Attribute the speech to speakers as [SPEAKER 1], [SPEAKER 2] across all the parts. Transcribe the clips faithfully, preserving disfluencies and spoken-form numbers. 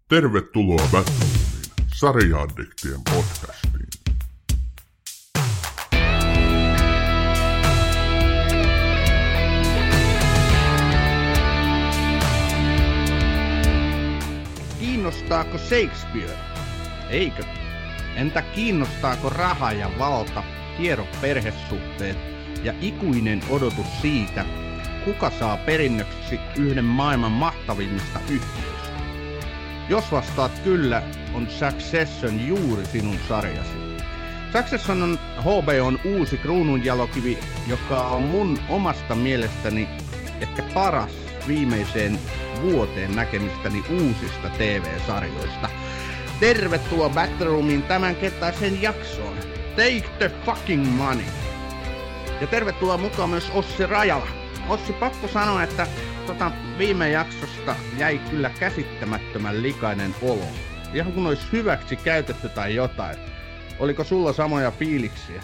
[SPEAKER 1] Tervetuloa Battleroomiin, sarja-addiktien podcastiin.
[SPEAKER 2] Kiinnostaako Shakespeare? Eikö? Entä kiinnostaako raha ja valta, hienot perhesuhteet ja ikuinen odotus siitä, kuka saa perinnöksi yhden maailman mahtavimmista yhtiöistä? Jos vastaat kyllä, on Succession juuri sinun sarjasi. Succession on H B O:n uusi kruununjalokivi, joka on mun omasta mielestäni ehkä paras viimeiseen vuoteen näkemistäni uusista T V-sarjoista. Tervetuloa Battleroomiin tämänkertaiseen jaksoon. Take the fucking money! Ja tervetuloa mukaan myös Ossi Rajala. Ossi, pakko sanoa, että tota, viime jaksosta jäi kyllä käsittämättömän likainen olo. Ihan kun olisi hyväksi käytetty tai jotain. Oliko sulla samoja fiiliksiä?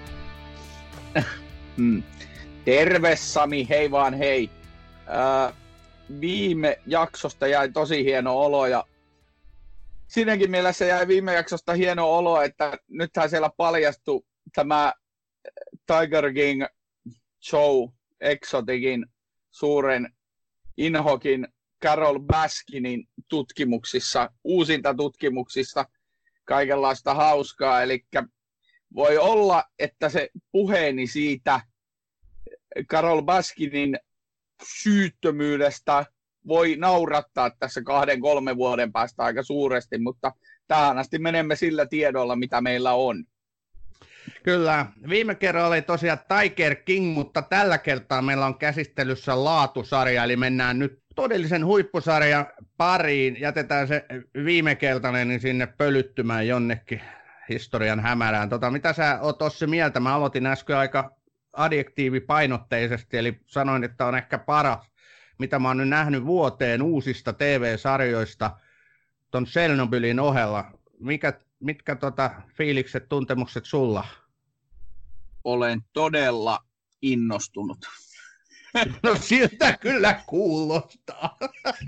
[SPEAKER 3] Hmm. Terve Sami, hei vaan hei. Äh, viime jaksosta jäi tosi hieno olo ja siinäkin mielessä jäi viime jaksosta hieno olo, että nythän siellä paljastui tämä Tiger King show Exoticin suuren inhokin Carole Baskinin tutkimuksissa, uusinta tutkimuksista, kaikenlaista hauskaa. Eli voi olla, että se puheeni siitä Carole Baskinin syyttömyydestä voi naurattaa tässä kahden, kolmen vuoden päästä aika suuresti, mutta tähän asti menemme sillä tiedolla, mitä meillä on.
[SPEAKER 2] Kyllä, viime kerralla oli tosiaan Tiger King, mutta tällä kertaa meillä on käsittelyssä laatusarja, eli mennään nyt todellisen huippusarjan pariin. Jätetään se viime keltainen niin sinne pölyttymään jonnekin historian hämärään. Tota, mitä sä oot Ossi mieltä? Mä aloitin äsken aika adjektiivipainotteisesti, eli sanoin, että on ehkä paras, mitä mä oon nyt nähnyt vuoteen uusista T V-sarjoista ton Chernobylin ohella. Mikä, mitkä tota, fiilikset, tuntemukset sulla?
[SPEAKER 3] Olen todella innostunut.
[SPEAKER 2] No siltä kyllä kuulostaa.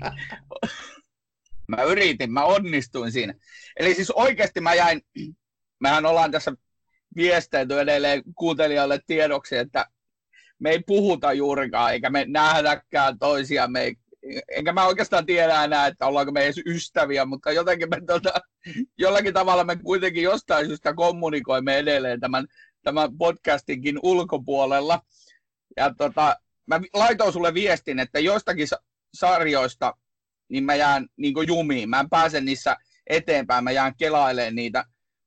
[SPEAKER 3] Mä yritin, mä onnistuin siinä. Eli siis oikeasti mä jäin, mehän ollaan tässä viesteily edelleen kuuntelijoille tiedoksi, että me ei puhuta juurikaan, eikä me nähdäkään toisiamme, enkä mä oikeastaan tiedä enää, että ollaanko me edes ystäviä, mutta jotenkin me tota, jollakin tavalla me kuitenkin jostain syystä kommunikoimme edelleen tämän, tämän podcastinkin ulkopuolella. Ja tota, mä laitoin sulle viestin, että joistakin sarjoista niin mä jään niin kuin jumiin, mä en pääse niissä eteenpäin, mä jään kelailemaan niitä.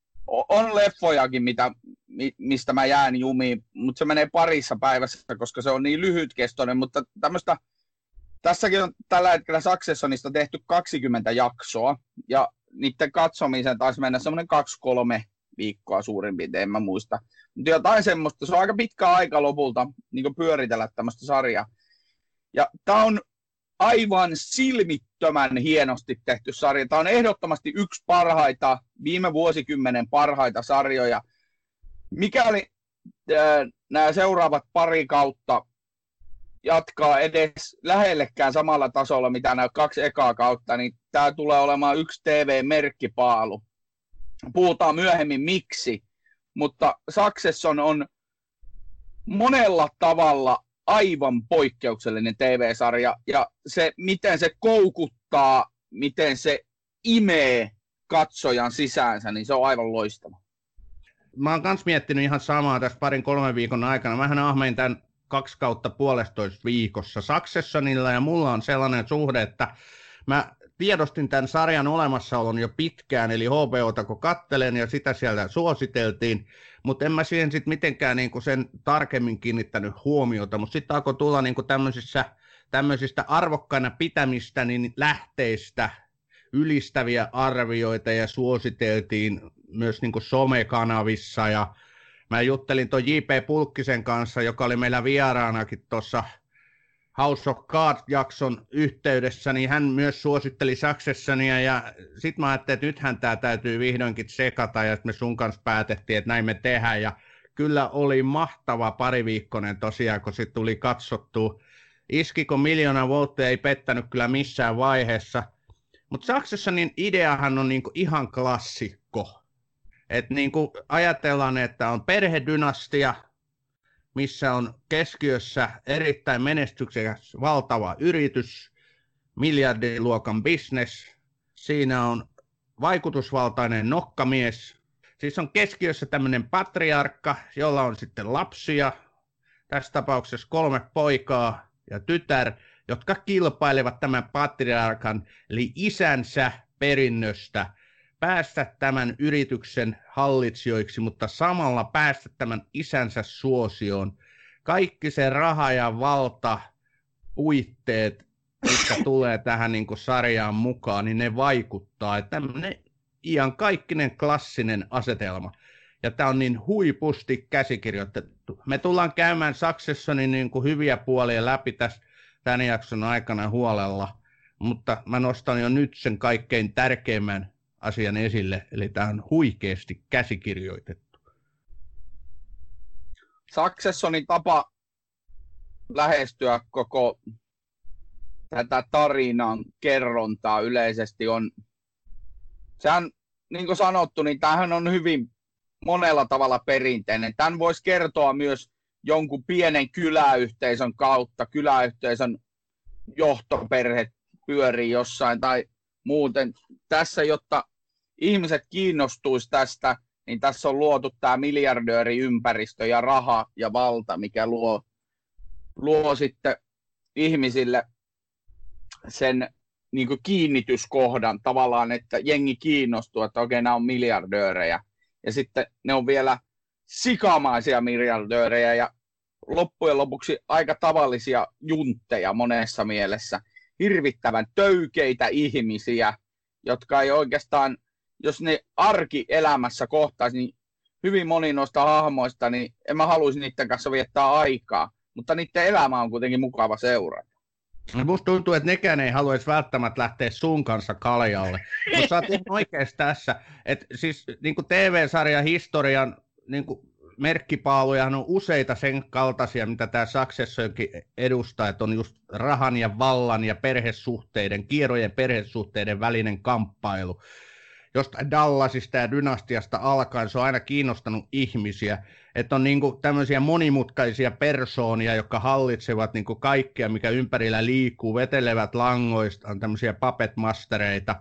[SPEAKER 3] On leffojakin, mitä, mistä mä jään jumiin, mutta se menee parissa päivässä, koska se on niin lyhytkestoinen, mutta tämmöistä, tässäkin on tällä hetkellä Successionista tehty kaksikymmentä jaksoa, ja niiden katsomiseen taisi mennä semmoinen kaksi kolme viikkoa suurin piirtein, en mä muista. Mutta jotain semmoista, se on aika pitkä aika lopulta niin pyöritellä tämmöistä sarjaa. Ja tää on aivan silmittömän hienosti tehty sarja. Tämä on ehdottomasti yksi parhaita, viime vuosikymmenen parhaita sarjoja. Mikäli äh, nämä seuraavat pari kautta jatkaa edes lähellekään samalla tasolla, mitä nämä kaksi ekaa kautta, niin tämä tulee olemaan yksi T V-merkkipaalu. Puhutaan myöhemmin miksi, mutta Succession on monella tavalla aivan poikkeuksellinen T V-sarja, ja se, miten se koukuttaa, miten se imee katsojan sisäänsä, niin se on aivan loistava.
[SPEAKER 2] Mä oon kans miettinyt ihan samaa tässä parin kolmen viikon aikana. Mähän ahmein tämän kaksi kautta puolestoista viikossa Successionilla, ja mulla on sellainen suhde, että mä tiedostin tämän sarjan olemassaolon jo pitkään, eli H B O:ta kun kattelen, ja sitä siellä suositeltiin, mutta en mä siihen sitten mitenkään niinku sen tarkemmin kiinnittänyt huomiota, mutta sitten alkoi tulla niinku tämmöisissä, tämmöisistä arvokkaina pitämistä niin lähteistä ylistäviä arvioita, ja suositeltiin myös niinku somekanavissa, ja mä juttelin tuon J P Pulkkisen kanssa, joka oli meillä vieraanakin tuossa House of Cards-jakson yhteydessä, niin hän myös suositteli Successionia, ja sitten mä ajattelin, että nythän tämä täytyy vihdoinkin sekata, ja me sun kanssa päätettiin, että näin me tehdään, ja kyllä oli mahtava pariviikkoinen tosiaan, kun sitten tuli katsottua. Iskiko miljoona voltteja, ei pettänyt kyllä missään vaiheessa, Mutta Successionin ideahan on niinku ihan klassikko. Et niinku ajatellaan, että on perhedynastia, missä on keskiössä erittäin menestyksekäs valtava yritys, miljardiluokan business. Siinä on vaikutusvaltainen nokkamies. Siis on keskiössä tämmöinen patriarkka, jolla on sitten lapsia, tässä tapauksessa kolme poikaa ja tytär, jotka kilpailevat tämän patriarkan, eli isänsä perinnöstä, päästä tämän yrityksen hallitsijoiksi, mutta samalla päästä tämän isänsä suosioon. Kaikki se raha ja valta, puitteet, mitkä tulee tähän niin kuin sarjaan mukaan, niin ne vaikuttaa. Tämmöinen iankaikkinen klassinen asetelma. Ja tämä on niin huipusti käsikirjoitettu. Me tullaan käymään Successionin niin kuin hyviä puolia läpi tässä tämän jakson aikana huolella, mutta mä nostan jo nyt sen kaikkein tärkeimmän asian esille, eli tämä on huikeasti käsikirjoitettu.
[SPEAKER 3] Successionin tapa lähestyä koko tätä tarinan kerrontaa yleisesti on, sehän niin kuin sanottu, niin tämähän on hyvin monella tavalla perinteinen. Tämän voisi kertoa myös jonkun pienen kyläyhteisön kautta, kyläyhteisön johtoperhe pyörii jossain tai muuten. Tässä, jotta ihmiset kiinnostuisi tästä, niin tässä on luotu tämä miljardööriympäristö ja raha ja valta, mikä luo, luo sitten ihmisille sen niin kuin kiinnityskohdan tavallaan, että jengi kiinnostuu, että okei, nämä on miljardöörejä. Ja sitten ne on vielä sikamaisia miljardöörejä ja loppujen lopuksi aika tavallisia juntteja monessa mielessä. Hirvittävän töykeitä ihmisiä, jotka ei oikeastaan, jos ne arkielämässä kohtaisi, niin hyvin moni noista hahmoista, niin en mä haluaisi niiden kanssa viettää aikaa, mutta niiden elämä on kuitenkin mukava seurata.
[SPEAKER 2] Musta tuntuu, että nekään ei haluaisi välttämättä lähteä sun kanssa kaljalle. Mutta sä oot ihan oikeassa tässä, että siis niin kuin T V-sarjan historian niin kuin merkkipaalujahan on useita sen kaltaisia, mitä tämä Successionkin edustaa, että on just rahan ja vallan ja perhesuhteiden, kierrojen perhesuhteiden välinen kamppailu. Jostain Dallasista ja dynastiasta alkaen se on aina kiinnostanut ihmisiä, että on niinku tämmöisiä monimutkaisia persoonia, jotka hallitsevat niinku kaikkea, mikä ympärillä liikkuu, vetelevät langoista, on tämmöisiä puppet mastereita.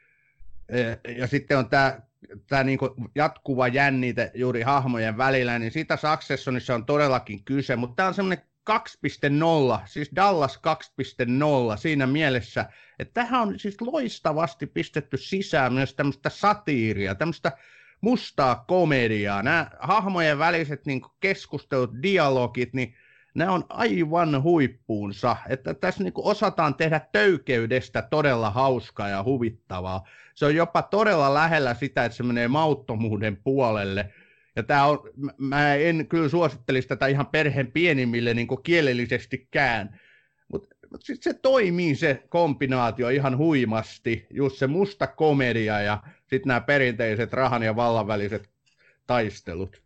[SPEAKER 2] Ja sitten on tämä tää niinku jatkuva jännite juuri hahmojen välillä, niin siitä Successionissa on todellakin kyse, mutta tämä on semmoinen kaksi piste nolla, siis Dallas kaksi piste nolla siinä mielessä, että tähän on siis loistavasti pistetty sisään myös tämmöistä satiiria, tämmöistä mustaa komediaa. Nämä hahmojen väliset niin kuin keskustelut, dialogit, niin nämä on aivan huippuunsa. Että tässä niin kuin osataan tehdä töykeydestä todella hauskaa ja huvittavaa. Se on jopa todella lähellä sitä, että se menee mauttomuuden puolelle. Ja tämä on, mä en kyllä suosittelisi tätä ihan perheen pienimmille niin kuin kielellisestikään, mutta mut sitten se toimii se kombinaatio ihan huimasti, just se musta komedia ja sitten nämä perinteiset rahan ja vallan väliset taistelut.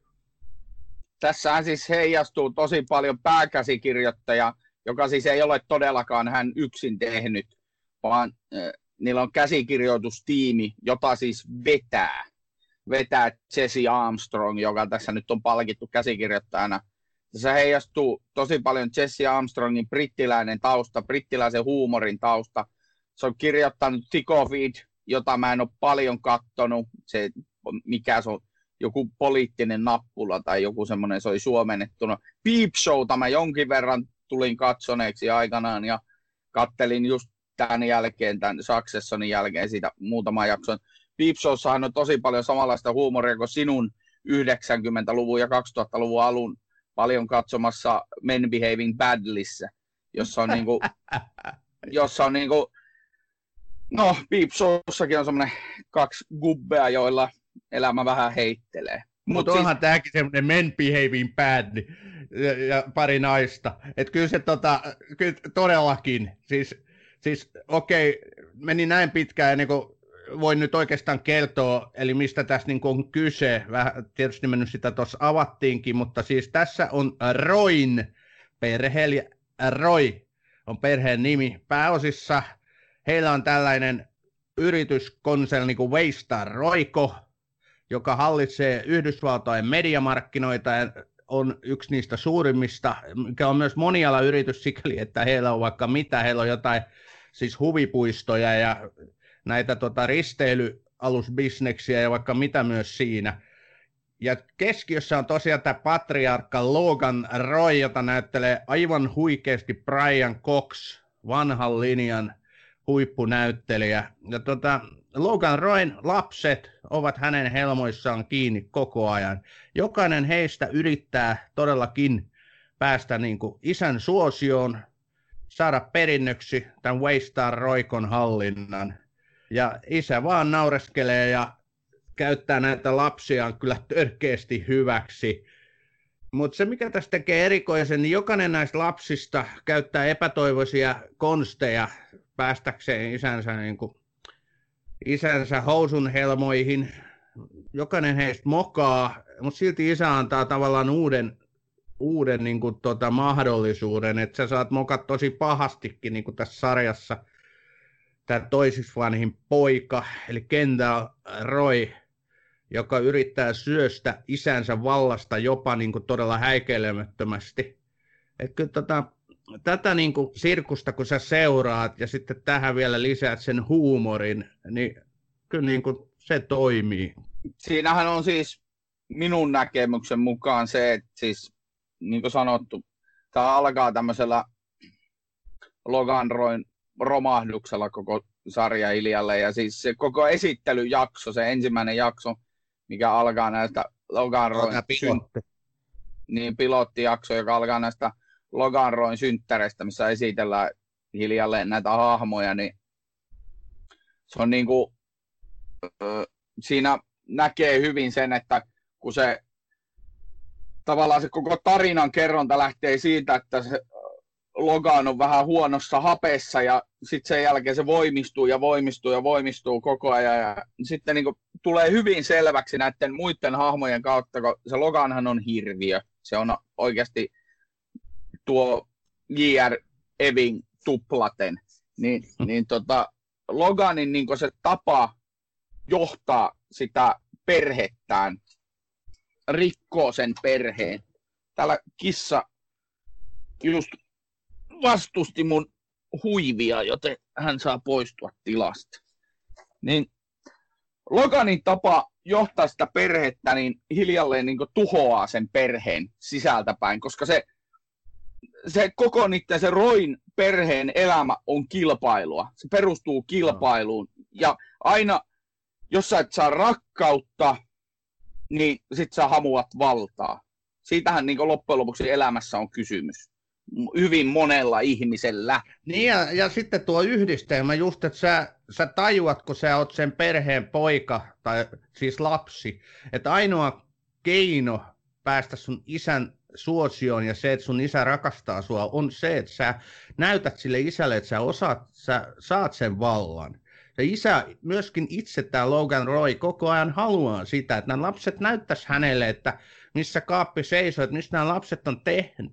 [SPEAKER 3] Tässähän siis heijastuu tosi paljon pääkäsikirjoittaja, joka siis ei ole todellakaan hän yksin tehnyt, vaan äh, niillä on käsikirjoitustiimi, jota siis vetää. vetää Jesse Armstrong, joka tässä nyt on palkittu käsikirjoittajana. Tässä heijastuu tosi paljon Jesse Armstrongin brittiläinen tausta, brittiläisen huumorin tausta. Se on kirjoittanut Thick of It, jota mä en ole paljon kattonut. Se, mikä se on, joku poliittinen nappula tai joku semmoinen, se oli suomennettuna. Peep Showta mä jonkin verran tulin katsoneeksi aikanaan ja kattelin just tämän jälkeen, tämän Successionin jälkeen siitä muutaman jakson. Peep Showssahan on tosi paljon samanlaista huumoria kuin sinun yhdeksänkymmentäluvun ja kaksituhattaluvun alun paljon katsomassa Men Behaving Badlyssä, jossa on niinku, jossa on niinku, no Peep Showssakin on semmoinen kaksi gubbea, joilla elämä vähän heittelee.
[SPEAKER 2] Mutta Mut onhan siis tämäkin semmoinen Men Behaving Badly ja, ja pari naista. Että kyllä se tota, kyllä todellakin, siis, siis okei, meni näin pitkään ennen kuin voin nyt oikeastaan kertoa, eli mistä tässä niin on kyse. Vähän tietysti mennyt sitä tuossa avattiinkin, mutta siis tässä on Royn perhe, eli Roy on perheen nimi pääosissa. Heillä on tällainen yrityskonserni kuin Waystar Royco, joka hallitsee Yhdysvaltojen mediamarkkinoita ja on yksi niistä suurimmista, mikä on myös monialayritys sikäli, että heillä on vaikka mitä, heillä on jotain siis huvipuistoja ja näitä tota, risteilyalusbisneksiä ja vaikka mitä myös siinä. Ja keskiössä on tosiaan tämä patriarkka Logan Roy, jota näyttelee aivan huikeasti Brian Cox, vanhan linjan huippunäyttelijä. Ja tota, Logan Royn lapset ovat hänen helmoissaan kiinni koko ajan. Jokainen heistä yrittää todellakin päästä niin kuin isän suosioon, saada perinnöksi tämän Waystar Roycon hallinnan. Ja isä vaan naureskelee ja käyttää näitä lapsiaan kyllä törkeästi hyväksi. Mutta se, mikä tässä tekee erikoisen, niin jokainen näistä lapsista käyttää epätoivoisia konsteja päästäkseen isänsä, niin kuin, isänsä housun helmoihin. Jokainen heistä mokaa, mutta silti isä antaa tavallaan uuden, uuden niin kuin, tota, mahdollisuuden, että sä saat mokat tosi pahastikin, niin kuin tässä sarjassa. Tämä toisiksi vanhin poika, eli Kendall Roy, joka yrittää syöstä isänsä vallasta jopa niin kuin todella häikeilemättömästi. Että kyllä tota, tätä niin kuin sirkusta, kun sä seuraat ja sitten tähän vielä lisäät sen huumorin, niin kyllä niin kuin se toimii.
[SPEAKER 3] Siinähän on siis minun näkemyksen mukaan se, että siis niin kuin sanottu, tämä alkaa tämmöisellä Logan Royn romahduksella koko sarja Iljalle, ja siis se koko esittelyjakso, se ensimmäinen jakso, mikä alkaa näistä Logan Royn syn- niin pilottijakso, joka alkaa näistä Logan Royn synttäreistä, missä esitellään hiljalleen näitä hahmoja, niin se on niin kuin, siinä näkee hyvin sen, että kun se tavallaan se koko tarinan kerronta lähtee siitä, että se Logan on vähän huonossa hapessa ja sitten sen jälkeen se voimistuu ja voimistuu ja voimistuu koko ajan. Ja sitten niin kuin tulee hyvin selväksi näiden muiden hahmojen kautta, kun se Loganhan on hirviö. Se on oikeasti tuo J R. Evin tuplaten. Niin, niin tota, Loganin niin kuin se tapa johtaa sitä perhettään, rikkoo sen perheen. Täällä kissa just vastusti mun huivia, joten hän saa poistua tilasta. Niin Loganin tapa johtaa sitä perhettä niin hiljalleen niin kuin tuhoaa sen perheen sisältäpäin, koska se, se koko niiden se Royn perheen elämä on kilpailua. Se perustuu kilpailuun. Ja aina, jos sä et saa rakkautta, niin sit sä hamuat valtaa. Siitähän niin kuin loppujen lopuksi elämässä on kysymys. Hyvin monella ihmisellä.
[SPEAKER 2] Niin ja, ja sitten tuo yhdistelmä just, että sä, sä tajuat, kun sä oot sen perheen poika, tai siis lapsi, että ainoa keino päästä sun isän suosioon ja se, että sun isä rakastaa sua, on se, että sä näytät sille isälle, että sä osaat, sä saat sen vallan. Ja isä, myöskin itse tämä Logan Roy, koko ajan haluaa sitä, että nämä lapset näyttäisi hänelle, että missä kaappi seisoo, että mistä nämä lapset on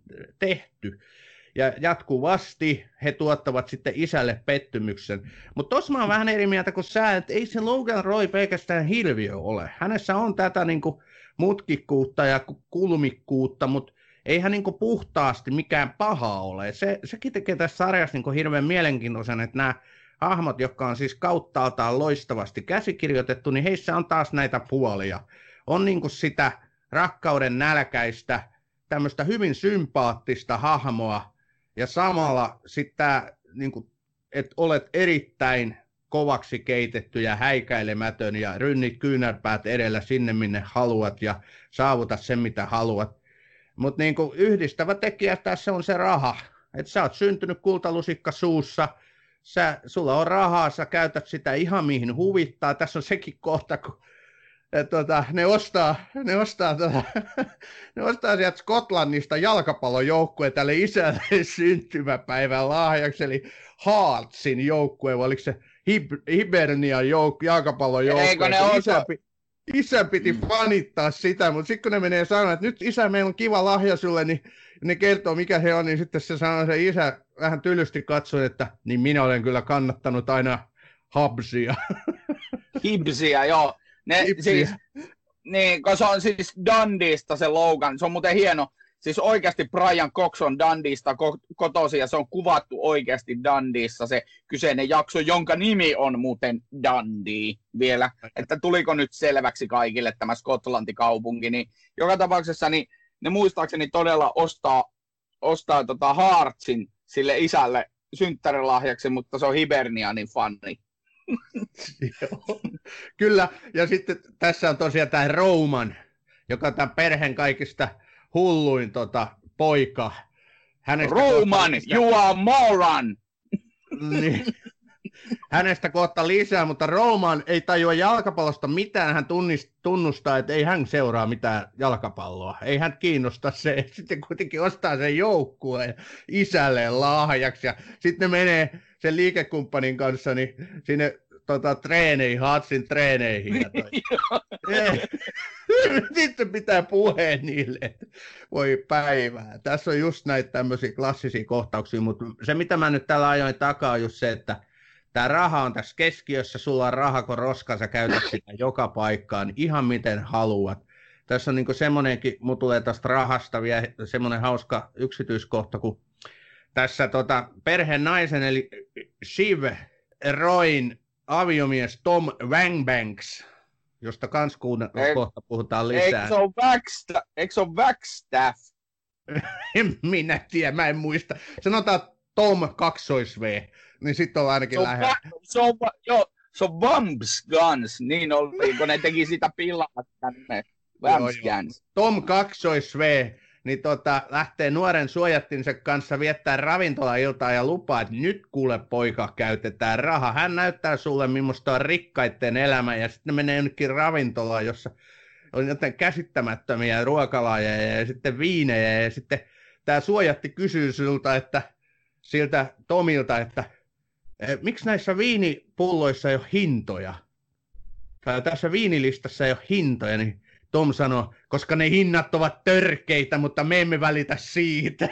[SPEAKER 2] tehty. Ja jatkuvasti he tuottavat sitten isälle pettymyksen. Mutta tuossa mä oon vähän eri mieltä kuin sä, että ei se Logan Roy pelkästään hirviö ole. Hänessä on tätä niinku mutkikkuutta ja kulmikkuutta, mutta ei hän niinku puhtaasti mikään paha ole. Se, sekin tekee tässä sarjassa niinku hirveän mielenkiintoisen, että nämä hahmot, jotka on siis kauttaaltaan loistavasti käsikirjoitettu, niin heissä on taas näitä puolia. On niinku sitä rakkauden nälkäistä, tämmöistä hyvin sympaattista hahmoa, ja samalla sitten niinku, että olet erittäin kovaksi keitetty ja häikäilemätön, ja rynnit kyynärpäät edellä sinne, minne haluat, ja saavutat sen, mitä haluat. Mutta niinku yhdistävä tekijä tässä on se raha. Että sä oot syntynyt kultalusikka suussa, sä, sulla on rahaa, sä käytät sitä ihan mihin huvittaa. Tässä on sekin kohta, kun et, tota, ne ostaa, ne ostaa, tota, ne ostaa sieltä Skotlannista jalkapallojoukkueen tälle isälle syntymäpäivän lahjaksi, eli Heartsin joukkue, vai oliko se Hib- Hibernian jouk- jalkapallojoukkue. Isä, isä piti fanittaa sitä, mutta sitten kun ne menee sanoa, että nyt isä, meillä on kiva lahja sulle, niin ne kertoo mikä se on, niin sitten se sanoo se isä vähän tylysti katsoen, että niin minä olen kyllä kannattanut aina Habsia.
[SPEAKER 3] Hibsiä, joo. Ne,
[SPEAKER 2] Hibsiä.
[SPEAKER 3] siis, niin, kun se on siis Dundeesta se Logan, se on muuten hieno. Siis oikeasti Brian Cox on Dundeesta ko- kotoisin ja se on kuvattu oikeasti Dundeessa se kyseinen jakso, jonka nimi on muuten Dundee vielä. Että tuliko nyt selväksi kaikille tämä Skotlanti-kaupunki, niin joka tapauksessa niin ne muistaakseni todella ostaa, ostaa tota Heartsin sille isälle synttärilahjaksi, mutta se on Hibernianin fani.
[SPEAKER 2] Joo. Kyllä, ja sitten tässä on tosiaan tämä Roman, joka on tämän perheen kaikista hulluin tota, poika. Hänestä
[SPEAKER 3] Roman,
[SPEAKER 2] kohta,
[SPEAKER 3] you are moron!
[SPEAKER 2] niin, hänestä kohta lisää, mutta Roman ei tajua jalkapallosta mitään. Hän tunnist, tunnustaa, että ei hän seuraa mitään jalkapalloa. Ei hän kiinnosta se. Sitten kuitenkin ostaa sen joukkueen isälleen lahjaksi. Ja sitten ne menee sen liikekumppanin kanssa niin sinne tota, treeneihin, Hatsin treeneihin. Ja toi. Sitten pitää puheen niille, että voi päivää. Tässä on just näitä tämmöisiä klassisia kohtauksia, mutta se mitä mä nyt täällä ajoin takaa on just se, että tämä raha on tässä keskiössä, sulla on raha kun roska, sä käytät sitä joka paikkaan ihan miten haluat. Tässä on niinku semmoinenkin, mun tulee tästä rahasta vielä semmoinen hauska yksityiskohta, kun tässä tota, perheen naisen eli Shiv Royn aviomies Tom Wangbanks, josta kans kuun- kohta puhutaan lisää.
[SPEAKER 3] Eikö se ole Wagstaff? Eikö se ole Wagstaff?
[SPEAKER 2] En minä tiedä, mä en muista. Sanotaan Tom kaksois V, niin sitten on ainakin lähellä.
[SPEAKER 3] Se on, joo, se on Vamps Guns, niin oli, kun ne teki sitä pillaa tänne. Vamps Guns.
[SPEAKER 2] Tom kaksois V, niin tota, lähtee nuoren suojattinsa kanssa viettää ravintolailtaa ja lupaa, että nyt kuule poika käytetään rahaa. Hän näyttää sulle, millaista on rikkaitten elämä, ja sitten menee jonnekin ravintolaan, jossa on jotain käsittämättömiä ruokalajeja ja sitten viinejä, ja sitten tämä suojatti kysyy siltä, että, siltä Tomilta, että eh, miksi näissä viinipulloissa ei ole hintoja? Tai tässä viinilistassa ei ole hintoja, niin Tom sanoi, koska ne hinnat ovat törkeitä, mutta me emme välitä siitä.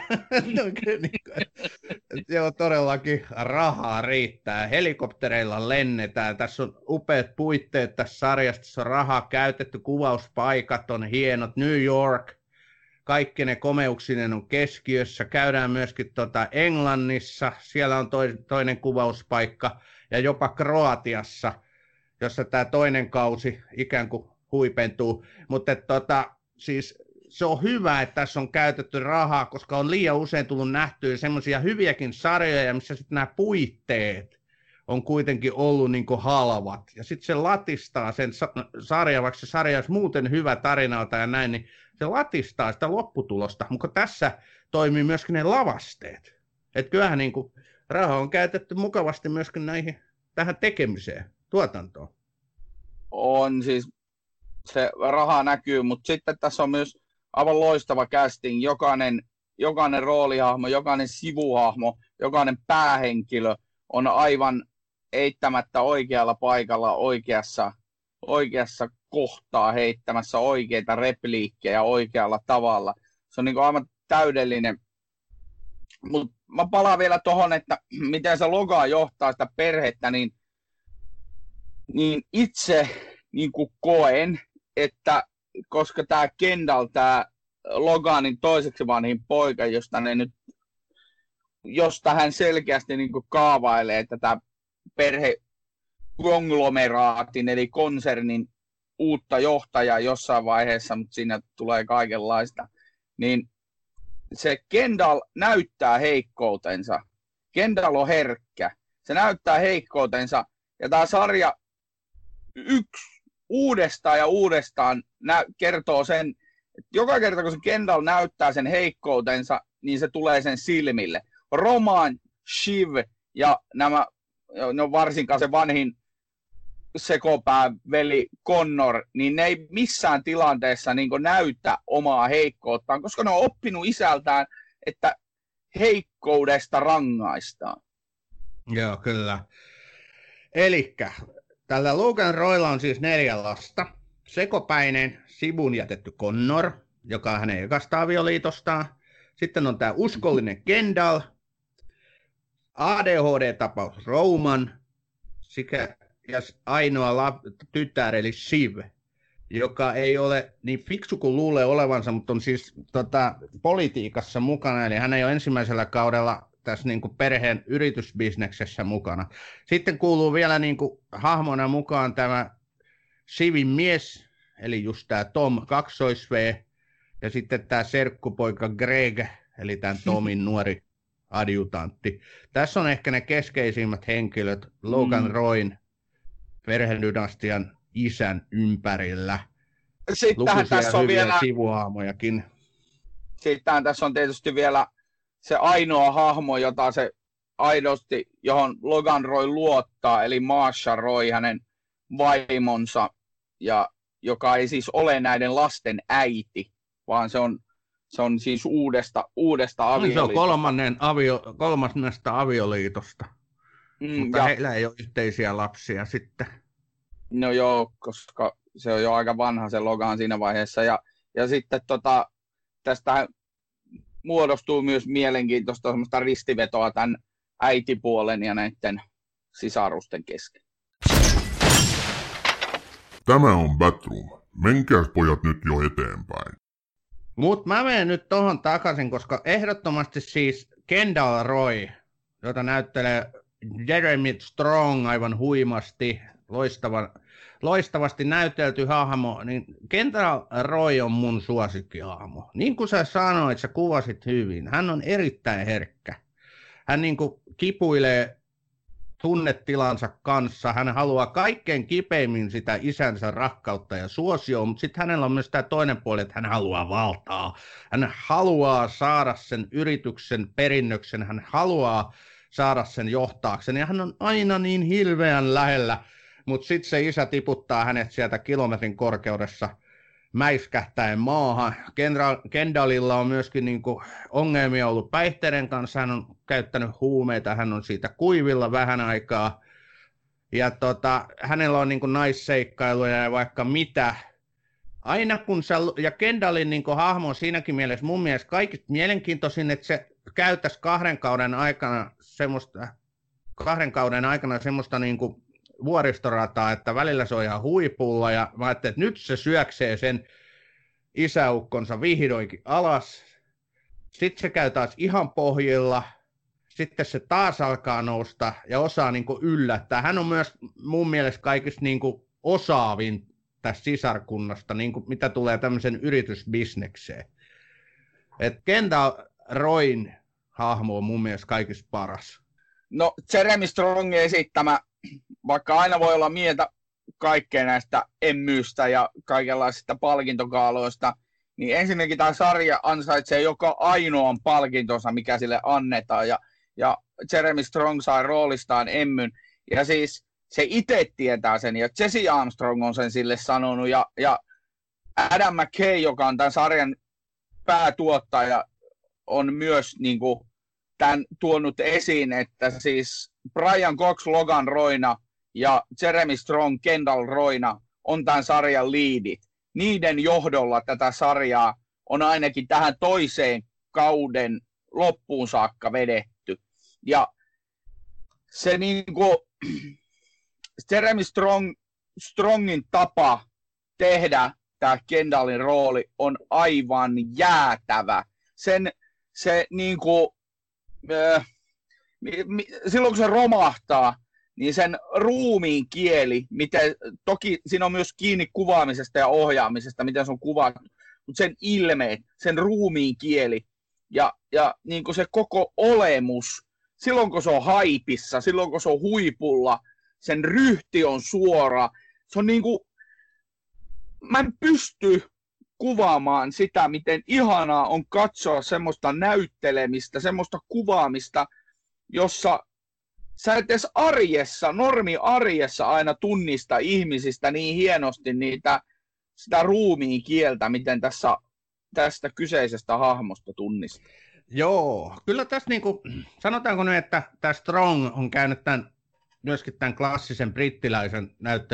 [SPEAKER 2] Joo, todellakin rahaa riittää. Helikoptereilla lennetään. Tässä on upeat puitteet tässä sarjassa. Tässä on rahaa käytetty, kuvauspaikat on hienot. New York, kaikki ne komeuksinen on keskiössä. Käydään myöskin tuota Englannissa. Siellä on toinen kuvauspaikka. Ja jopa Kroatiassa, jossa tämä toinen kausi ikään kuin huipentuu, mutta tota, siis se on hyvä, että tässä on käytetty rahaa, koska on liian usein tullut nähtyä semmoisia hyviäkin sarjoja, missä sitten nämä puitteet on kuitenkin ollut niin kuin halvat, ja sitten se latistaa sen sarjan, vaikka se sarja olisi muuten hyvä tarinalta ja näin, niin se latistaa sitä lopputulosta, mutta tässä toimii myöskin ne lavasteet, että kyllähän niin kuin raha on käytetty mukavasti myöskin näihin, tähän tekemiseen, tuotantoon.
[SPEAKER 3] On siis, se raha näkyy, mutta sitten tässä on myös aivan loistava casting. Jokainen, jokainen roolihahmo, jokainen sivuhahmo, jokainen päähenkilö on aivan eittämättä oikealla paikalla oikeassa, oikeassa kohtaa heittämässä oikeita repliikkejä oikealla tavalla. Se on niin kuin aivan täydellinen. Mutta mä palaan vielä tuohon, että miten se Logan johtaa sitä perhettä, niin, niin itse niin kuin koen, että koska tämä Kendall, tämä Loganin toiseksi vanhin poika, josta, ne nyt, josta hän selkeästi niin kuin kaavailee tätä perhekonglomeraatin eli konsernin uutta johtajaa jossain vaiheessa, mutta siinä tulee kaikenlaista, niin se Kendall näyttää heikkoutensa. Kendall on herkkä. Se näyttää heikkoutensa ja tämä sarja yksi uudestaan ja uudestaan nä- kertoo sen, että joka kerta kun se Kendall näyttää sen heikkoutensa, niin se tulee sen silmille. Roman, Shiv ja nämä, no varsinkaan se vanhin sekopää veli Connor, niin ne ei missään tilanteessa niin kuin näytä omaa heikkouttaan, koska ne on oppinut isältään, että heikkoudesta rangaistaan.
[SPEAKER 2] Joo, kyllä. Elikkä tällä Logan Roylla on siis neljä lasta. Sekopäinen, sivuun jätetty Connor, joka on hänen ekasta avioliitostaan. Sitten on tämä uskollinen Kendall, A D H D-tapaus Roman, sikä, ja ainoa lap, tytär, eli Shiv, joka ei ole niin fiksu kuin luulee olevansa, mutta on siis tota, politiikassa mukana, eli hän ei ole ensimmäisellä kaudella tässä niin kuin perheen yritysbisneksessä mukana. Sitten kuuluu vielä niin kuin hahmona mukaan tämä Shivin mies, eli just tämä Tom kaksois-V, ja sitten tämä serkkupoika Greg, eli tämän Tomin nuori adjutantti. Tässä on ehkä ne keskeisimmät henkilöt Logan mm. Royn perhedynastian isän ympärillä.
[SPEAKER 3] Sittenhän tässä on vielä
[SPEAKER 2] sivuhahmojakin.
[SPEAKER 3] Sittenhän tässä on tietysti vielä se ainoa hahmo, jota se aidosti, johon Logan Roy luottaa, eli Marsha Roy, hänen vaimonsa, ja joka ei siis ole näiden lasten äiti, vaan se on, se on siis uudesta, uudesta avioliitosta.
[SPEAKER 2] Se on kolmannen avio, kolmannesta avioliitosta, mm, mutta ja heillä ei ole yhteisiä lapsia sitten.
[SPEAKER 3] No joo, koska se on jo aika vanha se Logan siinä vaiheessa. Ja, ja sitten tota, tästä muodostuu myös mielenkiintoista semmoista ristivetoa tämän äitipuolen ja näiden sisarusten kesken.
[SPEAKER 1] Tämä on Batroom. Menkääs pojat nyt jo eteenpäin.
[SPEAKER 2] Mut mä menen nyt tohon takaisin, koska ehdottomasti siis Kendall Roy, jota näyttelee Jeremy Strong aivan huimasti, loistava, loistavasti näytelty hahmo, niin Kendall Roy on mun suosikkihahmo. Niin kuin sä sanoit, sä kuvasit hyvin, hän on erittäin herkkä. Hän niin kuin kipuilee tunnetilansa kanssa, hän haluaa kaikkein kipeimmin sitä isänsä rakkautta ja suosioa, mutta sitten hänellä on myös tämä toinen puoli, että hän haluaa valtaa. Hän haluaa saada sen yrityksen perinnöksen, hän haluaa saada sen johtaakseen, ja hän on aina niin hilveän lähellä, mutta sitten se isä tiputtaa hänet sieltä kilometrin korkeudessa mäiskähtäen maahan. Kendallilla on myöskin niinku ongelmia ollut päihteiden kanssa, hän on käyttänyt huumeita, hän on siitä kuivilla vähän aikaa, ja tota, hänellä on niinku naisseikkailuja ja vaikka mitä. Aina kun sä, ja Kendallin niinku hahmo on siinäkin mielessä mun mielestä kaikista mielenkiintoisin, että se käyttäisi kahden kauden aikana semmoista, kahden kauden aikana semmoista niinku vuoristorataa, että välillä se on ihan huipulla, ja mä ajattelin, että nyt se syöksee sen isäukkonsa vihdoinkin alas. Sitten se käy taas ihan pohjilla, sitten se taas alkaa nousta ja osaa niinku yllättää. Hän on myös mun mielestä kaikista niinku osaavin tästä sisarkunnasta, niinku mitä tulee tämmöisen yritysbisnekseen. Et Kendall Royn hahmo on mun mielestä kaikista paras.
[SPEAKER 3] No Jeremy Strongin esittämä, vaikka aina voi olla mieltä kaikkea näistä emmyistä ja kaikenlaisista palkintokaaloista, niin ensinnäkin tämä sarja ansaitsee joka ainoan palkintonsa, mikä sille annetaan, ja, ja Jeremy Strong sai roolistaan emmyn, ja siis se itse tietää sen, ja Jesse Armstrong on sen sille sanonut, ja, ja Adam McKay, joka on tämän sarjan päätuottaja, on myös niin kuin, tämän tuonut esiin, että siis Brian Cox Logan Royna ja Jeremy Strong Kendall Royna on tämän sarjan liidit. Niiden johdolla tätä sarjaa on ainakin tähän toiseen kauden loppuun saakka vedetty. Ja se niinku, Jeremy Strong, Strongin tapa tehdä tämä Kendallin rooli on aivan jäätävä. Sen se niinku, äh, silloin kun se romahtaa, niin sen ruumiin kieli, miten, toki siinä on myös kiinni kuvaamisesta ja ohjaamisesta, miten se on kuvattu, mutta sen ilmeet, sen ruumiin kieli ja, ja niin kuin se koko olemus, silloin kun se on haipissa, silloin kun se on huipulla, sen ryhti on suora, se on niin kuin, mä en pysty kuvaamaan sitä, miten ihanaa on katsoa semmoista näyttelemistä, semmoista kuvaamista, jossa sä et edes arjessa, normi-arjessa aina tunnista ihmisistä niin hienosti niitä, sitä ruumiin kieltä, miten tässä, tästä kyseisestä hahmosta tunnistaa.
[SPEAKER 2] Joo, kyllä tässä niinku, sanotaanko nyt, että tämä Strong on käynyt tämän, myöskin tämän klassisen brittiläisen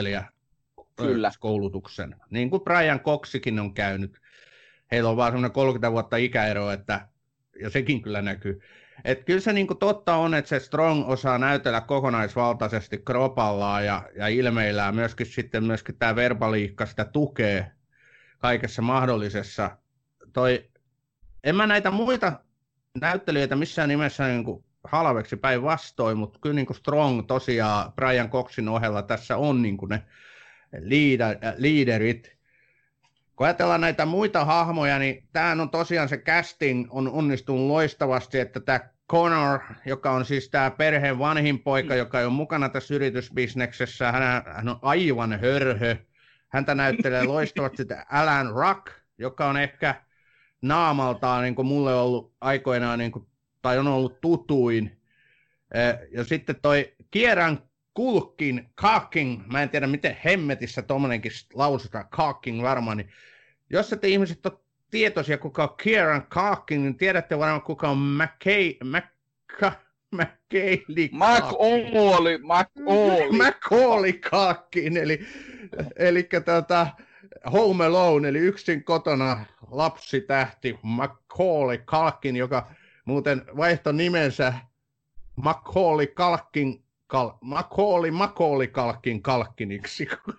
[SPEAKER 2] näyttelijäkoulutuksen, niin kuin Brian Coxikin on käynyt. Heillä on vaan semmoinen kolmekymmentä vuotta ikäero, että, ja sekin kyllä näkyy. Et kyllä se niinku totta on, että se Strong osaa näytellä kokonaisvaltaisesti kropallaan ja, ja ilmeillään myöskin sitten myöskin tämä verbaliikka sitä tukee kaikessa mahdollisessa. Toi, en mä näitä muita näyttelijöitä missään nimessä niinku halveksi päinvastoin, mutta kyllä niinku Strong tosiaan Brian Coxin ohella tässä on niinku ne liider, liiderit. Kun ajatellaan näitä muita hahmoja, niin tämähän on tosiaan se casting on onnistunut loistavasti, että tämä Connor, joka on siis tämä perheen vanhin poika, joka on mukana tässä yritysbisneksessä, hän, hän on aivan hörhö. Häntä näyttelee loistavasti Alan Ruck, joka on ehkä naamaltaan niin kuin mulle ollut aikoinaan, niin kuin, tai on ollut tutuin. Ja sitten toi Kieran Culkin, Culkin, mä en tiedä miten hemmetissä tommonenkin lausutaan, Culkin varmaan, niin jos ette ihmiset ole tietoisia, kuka on Kieran Culkin, niin tiedätte varmaan kuka on McKay, Mc, McKaylee
[SPEAKER 3] Macaulay, Macaulay.
[SPEAKER 2] Macaulay Culkin, eli, eli tota, Home Alone, eli yksin kotona lapsitähti Macaulay Culkin, joka muuten vaihtoi nimensä Macaulay Culkin, Kal, Macaulay, Macaulay Culkin Culkiniksi, kun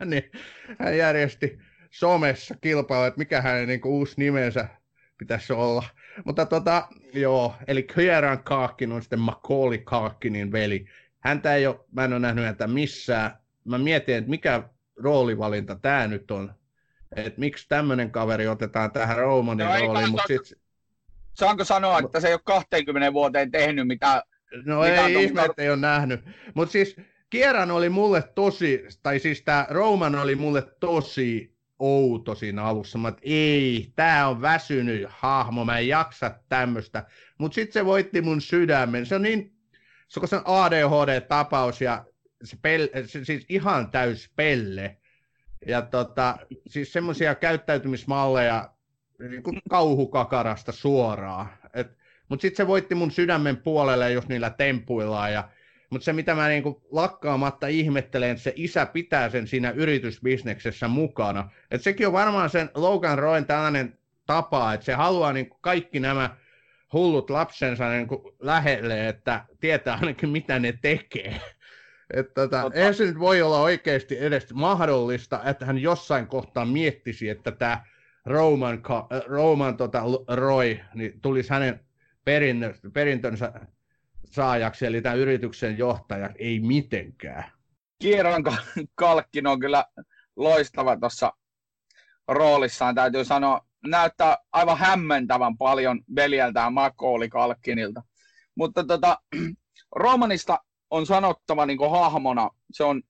[SPEAKER 2] hän järjesti somessa kilpailua, että mikä hänen niin kuin uusi nimensä pitäisi olla. Mutta tota, joo, eli Kieran Culkin on sitten Macaulay Culkinin veli. Häntä ei ole, mä en ole nähnyt häntä missään. Mä mietin, että mikä roolivalinta tämä nyt on. Että miksi tämmöinen kaveri otetaan tähän Romanin no, rooliin. Mutta sit...
[SPEAKER 3] Saanko sanoa, että se ei ole kaksikymmentä vuoteen tehnyt mitään?
[SPEAKER 2] No mitä ei ihme, että ei ole nähnyt. Mutta siis Kieran oli mulle tosi, tai siis tämä Roman oli mulle tosi outo siinä alussa. Mä että ei, tää on väsynyt hahmo, mä en jaksa tämmöstä. Mutta sitten se voitti mun sydämen. Se on niin, se on A D H D-tapaus ja se, pelle, se siis ihan täys pelle. Ja tota, siis semmoisia käyttäytymismalleja niin kuin kauhukakarasta suoraan. Mutta sitten se voitti mun sydämen puolelle just niillä tempuillaan. Ja, mutta se mitä mä niinku lakkaamatta ihmettelen, että se isä pitää sen siinä yritysbisneksessä mukana. Et sekin on varmaan sen Logan Royn tällainen tapa, että se haluaa niinku kaikki nämä hullut lapsensa niinku lähelle, että tietää ainakin mitä ne tekee. Että tota, eihän se nyt voi olla oikeasti edes mahdollista, että hän jossain kohtaa miettisi, että tämä Roman, Roman tota, Roy niin tulisi hänen perintönsä saajaksi, eli tämän yrityksen johtaja, ei mitenkään.
[SPEAKER 3] Kieran Culkin on kyllä loistava tuossa roolissaan, täytyy sanoa. Näyttää aivan hämmentävän paljon veljeltään Macaulay Culkinilta. Mutta tota, Romanista on sanottava niin kuin hahmona, se on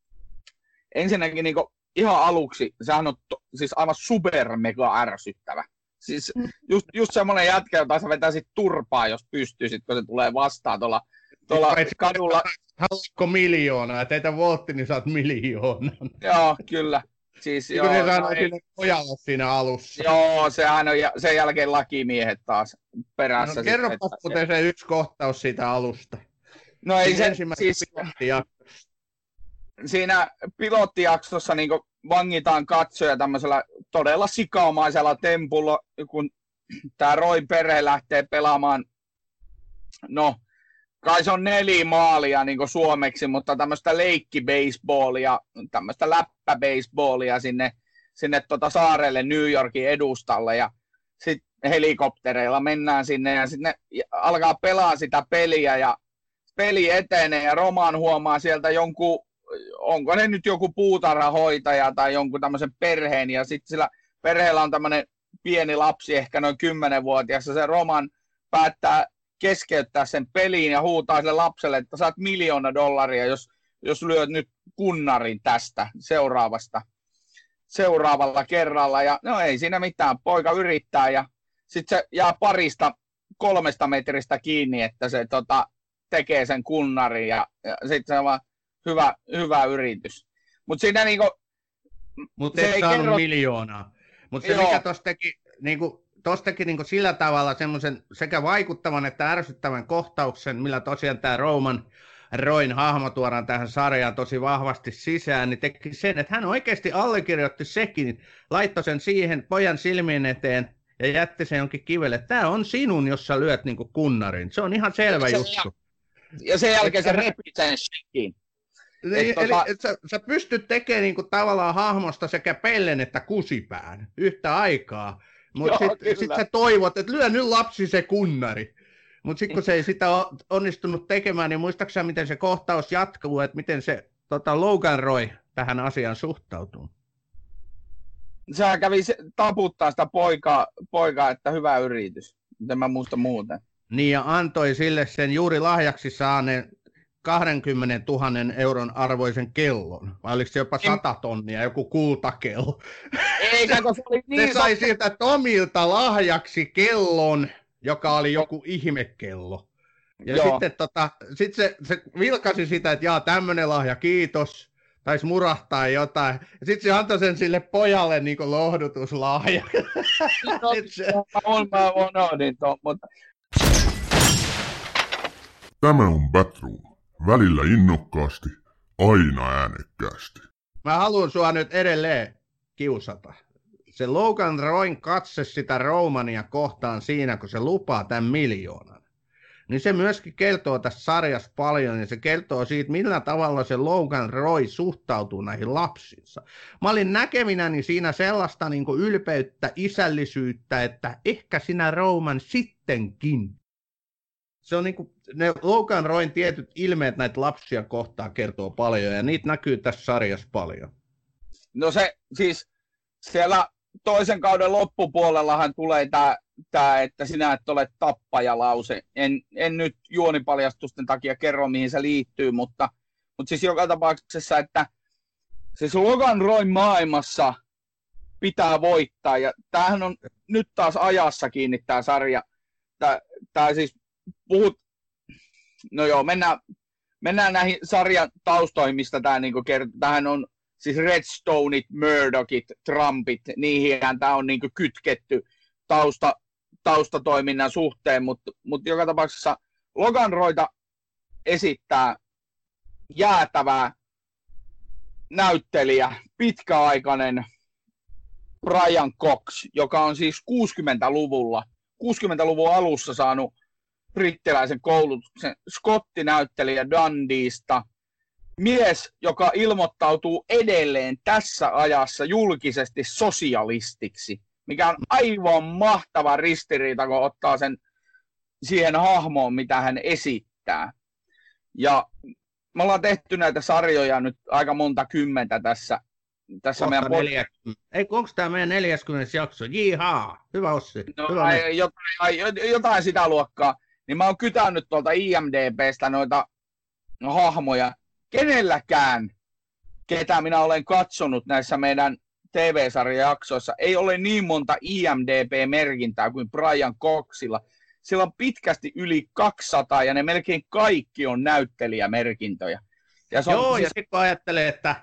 [SPEAKER 3] ensinnäkin niin kuin ihan aluksi, sehän on to, siis aivan super mega ärsyttävä. Siis just, just semmoinen jätkä, jota sä vetäisit turpaa, jos pystyisit, kun se tulee vastaan tuolla, tuolla kadulla.
[SPEAKER 2] Haluatko miljoonaa? Et teitä voltti, niin saat miljoonan.
[SPEAKER 3] Joo, kyllä. Siis,
[SPEAKER 2] joo, ne sanoo no, sinne pojalle siinä alussa.
[SPEAKER 3] Joo, sehän on sen jälkeen lakimiehet taas perässä.
[SPEAKER 2] No, kerropa muuten se yksi kohtaus siitä alusta.
[SPEAKER 3] No ei se, siis siinä pilottijaksossa niin vangitaan katsoja tämmöisellä todella sikaamaisella tempulla, kun tämä Roy-perhe lähtee pelaamaan, no kai se on neljä maalia niin suomeksi, mutta tämmöistä leikkibaseballia, tämmöistä läppäbaseballia sinne, sinne tota saarelle New Yorkin edustalle ja sitten helikoptereilla mennään sinne ja sitten alkaa pelaa sitä peliä ja peli etenee ja Roman huomaa sieltä jonkun, onko ne nyt joku puutarhahoitaja tai jonkun tämmöisen perheen ja sitten sillä perheellä on tämmöinen pieni lapsi, ehkä noin kymmenvuotias ja se Roman päättää keskeyttää sen peliin ja huutaa sille lapselle, että saat miljoona dollaria, jos, jos lyöt nyt kunnarin tästä seuraavasta, seuraavalla kerralla. Ja no ei siinä mitään, poika yrittää ja sitten se jää parista kolmesta metristä kiinni, että se tota, tekee sen kunnarin ja, ja sitten se on vaan hyvä, hyvä yritys. Mutta siinä niinku...
[SPEAKER 2] Mutta et saanut kerro... miljoonaa. Mutta se Joo. mikä tuossa teki... Niinku... Tuostakin niin sillä tavalla semmoisen sekä vaikuttavan että ärsyttävän kohtauksen, millä tosiaan tämä Roman Royn hahmo tuodaan tähän sarjaan tosi vahvasti sisään, niin teki sen, että hän oikeasti allekirjoitti sekin, laittoi sen siihen pojan silmien eteen ja jätti sen jonkin kivelle. Tämä on sinun, jos sä lyöt niin kuin kunnarin. Se on ihan selvä
[SPEAKER 3] se,
[SPEAKER 2] juttu.
[SPEAKER 3] Ja sen jälkeen
[SPEAKER 2] Et
[SPEAKER 3] se
[SPEAKER 2] sä-
[SPEAKER 3] repii sen shikin.
[SPEAKER 2] Niin,
[SPEAKER 3] Et
[SPEAKER 2] eli
[SPEAKER 3] tota-
[SPEAKER 2] et sä, sä pystyt tekemään niinku tavallaan hahmosta sekä pellen että kusipään yhtä aikaa, mutta
[SPEAKER 3] Joo,
[SPEAKER 2] sitten
[SPEAKER 3] kyllä.
[SPEAKER 2] sit sä toivot, että lyö nyt lapsi se kunnari. Mutta sitten kun se ei sitä ole onnistunut tekemään, niin muistaaksä miten se kohtaus jatkuu, että miten se tota, Logan Roy tähän asiaan suhtautuu?
[SPEAKER 3] Sehän kävi se, taputtaa sitä poikaa, poikaa, että hyvä yritys. Mutta mä muista muuten.
[SPEAKER 2] Niin ja antoi sille sen juuri lahjaksi saaneen kaksikymmentätuhatta euron arvoisen kellon, vai oliko se jopa sata tonnia, joku kultakello?
[SPEAKER 3] Eikä, kun se oli niin...
[SPEAKER 2] Se sai siltä Tomilta lahjaksi kellon, joka oli joku ihmekello. Ja
[SPEAKER 3] Joo.
[SPEAKER 2] sitten tota, sit se, se vilkasi sitä, että jaa, tämmönen lahja, kiitos. Taisi murahtaa jotain. Ja sitten se antoi sen sille pojalle niin kuin lohdutuslahja.
[SPEAKER 3] No,
[SPEAKER 2] Sit se-
[SPEAKER 3] mä on, mä unohdin ton, mutta
[SPEAKER 1] Tämä on Batroom. Välillä innokkaasti, aina äänekkäästi.
[SPEAKER 2] Mä haluan sua nyt edelleen kiusata. Se Logan Royn katse sitä Romania kohtaan siinä, kun se lupaa tämän miljoonan. Niin se myöskin kertoo tässä sarjassa paljon, ja se kertoo siitä, millä tavalla se Logan Roy suhtautuu näihin lapsinsa. Mä olin näkevinäni siinä sellaista niin kuin ylpeyttä, isällisyyttä, että ehkä sinä Roman sittenkin. Se on niin kuin, ne Logan Royn tietyt ilmeet näitä lapsia kohtaan kertoo paljon, ja niitä näkyy tässä sarjassa paljon.
[SPEAKER 3] no se siis siellä toisen kauden loppupuolellahan tulee tää, tää että sinä et ole tappajalause. En, en nyt juonipaljastusten takia kerro, mihin se liittyy, mutta, mutta siis joka tapauksessa, että siis Logan Royn maailmassa pitää voittaa, ja tämähän on nyt taas ajassa kiinni tämä sarja. Tää, tää siis puhut, no joo, mennään, mennään näihin sarjan taustoihin, mistä tämä niinku kertoo. Tämähän on siis Redstoneit, Murdochit, Trumpit, niihin tämä on niinku kytketty tausta, taustatoiminnan suhteen, mutta mut joka tapauksessa Logan Royta esittää jäätävää näyttelijä, pitkäaikainen Brian Cox, joka on siis kuusikymmentäluvulla, kuusikymmentäluvun alussa saanut brittiläisen koulutuksen, skottinäyttelijä Dundeesta, mies, joka ilmoittautuu edelleen tässä ajassa julkisesti sosialistiksi, mikä on aivan mahtava ristiriita, kun ottaa sen siihen hahmoon, mitä hän esittää. Ja me ollaan tehty näitä sarjoja nyt aika monta kymmentä tässä. tässä meidän
[SPEAKER 2] neljäkymmentä. Ei, onko tämä meidän neljäskymmenes jakso? Jihaa! Hyvä Ossi.
[SPEAKER 3] No,
[SPEAKER 2] Hyvä
[SPEAKER 3] ai, jotain, ai, jotain sitä luokkaa. Niin mä oon kytänyt tuolta I M D B:stä noita hahmoja. Kenelläkään, ketä minä olen katsonut näissä meidän T V-sarjajaksoissa, ei ole niin monta I M D B-merkintää kuin Brian Coxilla. Sillä on pitkästi yli kaksisataa ja ne melkein kaikki on näyttelijämerkintöjä. Ja se on,
[SPEAKER 2] Joo,
[SPEAKER 3] siis,
[SPEAKER 2] ja sitten kun ajattelee, että,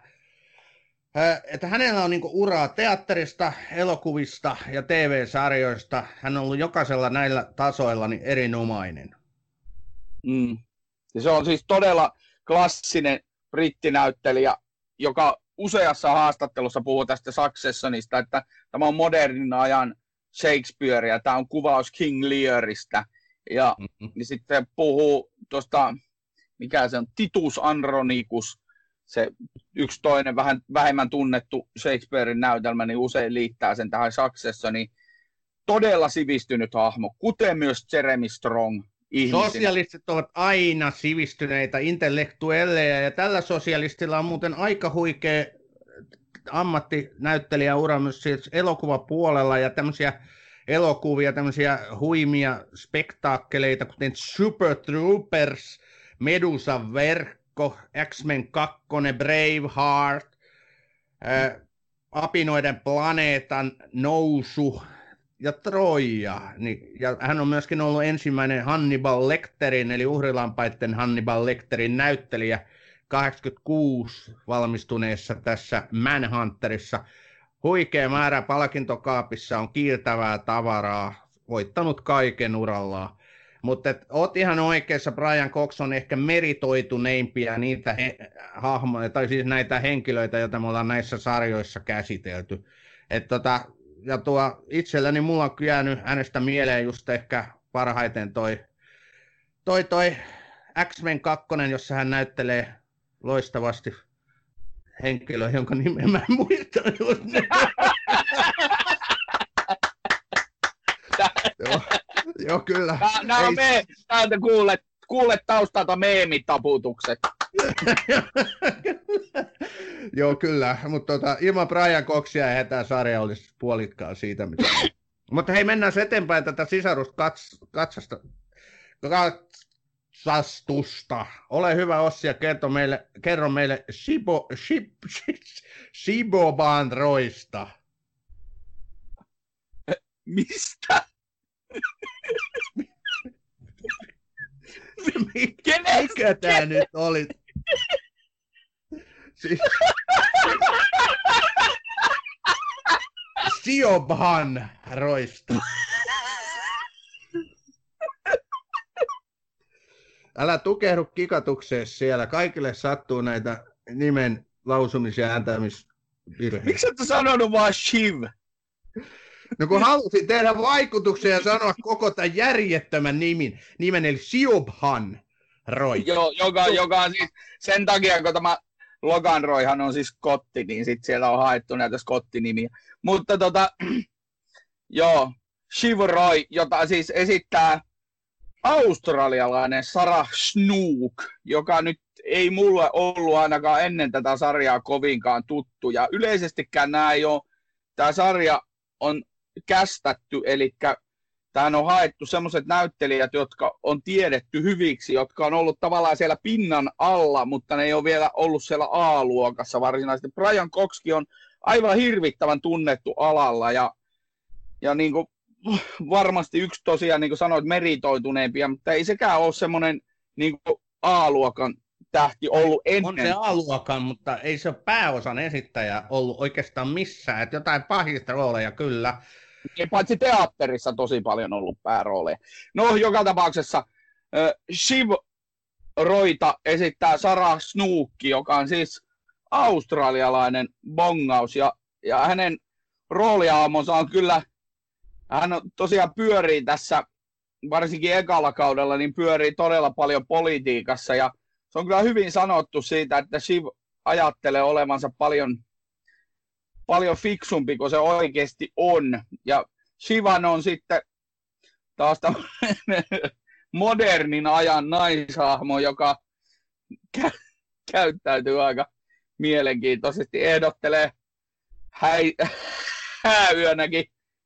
[SPEAKER 2] että hänellä on niinku uraa teatterista, elokuvista ja T V-sarjoista, hän on ollut jokaisella näillä tasoilla niin erinomainen.
[SPEAKER 3] mm, ja se on siis todella klassinen brittinäyttelijä, joka useassa haastattelussa puhuu tästä Successionista, että tämä on modernin ajan Shakespeare ja tämä on kuvaus King Learista. Ja
[SPEAKER 2] Mm-hmm.
[SPEAKER 3] niin sitten puhuu tuosta, mikä se on, Titus Andronicus, se yksi toinen vähän vähemmän tunnettu Shakespearein näytelmä, niin usein liittää sen tähän Successioniin. Todella sivistynyt hahmo, kuten myös Jeremy Strong. Ihmisinä.
[SPEAKER 2] Sosialistit ovat aina sivistyneitä intellektuelleja, ja tällä sosialistilla on muuten aika huikea ammattinäyttelijäura myös siis elokuvapuolella, ja tämmöisiä elokuvia, tämmöisiä huimia spektaakkeleita, kuten Super Troopers, Medusan verkko, X-Men kaksi, Braveheart, ää, Apinoiden planeetan nousu, ja Troja, niin, ja hän on myöskin ollut ensimmäinen Hannibal Lecterin, eli uhrilampaiden Hannibal Lecterin näyttelijä kahdeksankymmentäkuusi valmistuneessa tässä Manhunterissa. Huikea määrä palkintokaapissa, on kiiltävää tavaraa, voittanut kaiken urallaan. Mutta oot ihan oikeassa, Brian Cox on ehkä meritoituneimpia niitä he, hahmoja, tai siis näitä henkilöitä, joita me ollaan näissä sarjoissa käsitelty. Et tota, ja tuo itselläni mulla on jäänyt hänestä mieleen just ehkä parhaiten toi, toi, toi X-Men kaksi, jossa hän näyttelee loistavasti henkilöä, jonka nimen mä en muista just nyt. joo, joo, kyllä.
[SPEAKER 3] Nämä on me, täältä kuulet, kuulet taustalta meemitaputukset.
[SPEAKER 2] Joo, kyllä, mutta tota, ilman Brian Coxia ei tämä sarja olisi puolikkaan siitä. Mitä... mutta hei, mennään eteenpäin tätä sisaruskatsasta. Katsastusta. Ole hyvä, Ossi, ja kerro meille, kerro meille Shibo, Shib, Shibobandroista.
[SPEAKER 3] Mistä?
[SPEAKER 2] Mikä tää nyt oli? Siis... Siobhan roista. Älä tukehdu kikatukseen siellä. Kaikille sattuu näitä nimen lausumisia ja ääntämisvirheitä.
[SPEAKER 3] Miksi et sanonut vaan Shiv?
[SPEAKER 2] No kun halusin tehdä vaikutuksen ja sanoa koko tämän järjettömän nimin, nimen eli Siobhan Roy.
[SPEAKER 3] Joo, joka, joka on siis sen takia, kun tämä Logan Royhan on siis skotti, niin sitten siellä on haettu näitä skottinimiä. Mutta tota, joo, Shiv Roy, jota siis esittää australialainen Sarah Snook, joka nyt ei mulle ollut ainakaan ennen tätä sarjaa kovinkaan tuttu. Ja yleisestikään nämä ei ole, tämä sarja on kästätty, eli tähän on haettu sellaiset näyttelijät, jotka on tiedetty hyviksi, jotka on ollut tavallaan siellä pinnan alla, mutta ne ei ole vielä ollut siellä A-luokassa varsinaisesti. Brian Coxkin on aivan hirvittävän tunnettu alalla ja, ja niin kuin varmasti yksi tosiaan, niin kuin sanoit, meritoituneempia, mutta ei sekään ole semmoinen niin kuin A-luokan tähti ollut ennen.
[SPEAKER 2] On se A-luokan, mutta ei se ole pääosan esittäjä ollut oikeastaan missään, että jotain pahista rooleja kyllä.
[SPEAKER 3] Ei paitsi teatterissa tosi paljon ollut päärooleja. No, joka tapauksessa äh, Shiv Royta esittää Sarah Snook, joka on siis australialainen bongaus, ja, ja hänen rooliaamonsa on kyllä, hän on, tosiaan pyörii tässä, varsinkin ekalla kaudella, niin pyörii todella paljon politiikassa, ja se on kyllä hyvin sanottu siitä, että Shiv ajattelee olevansa paljon paljon fiksumpi kuin se oikeasti on. Ja Shivan on sitten taas modernin ajan naishahmo, joka kä- käyttäytyy aika mielenkiintoisesti, ehdottelee häi- hääyönäkin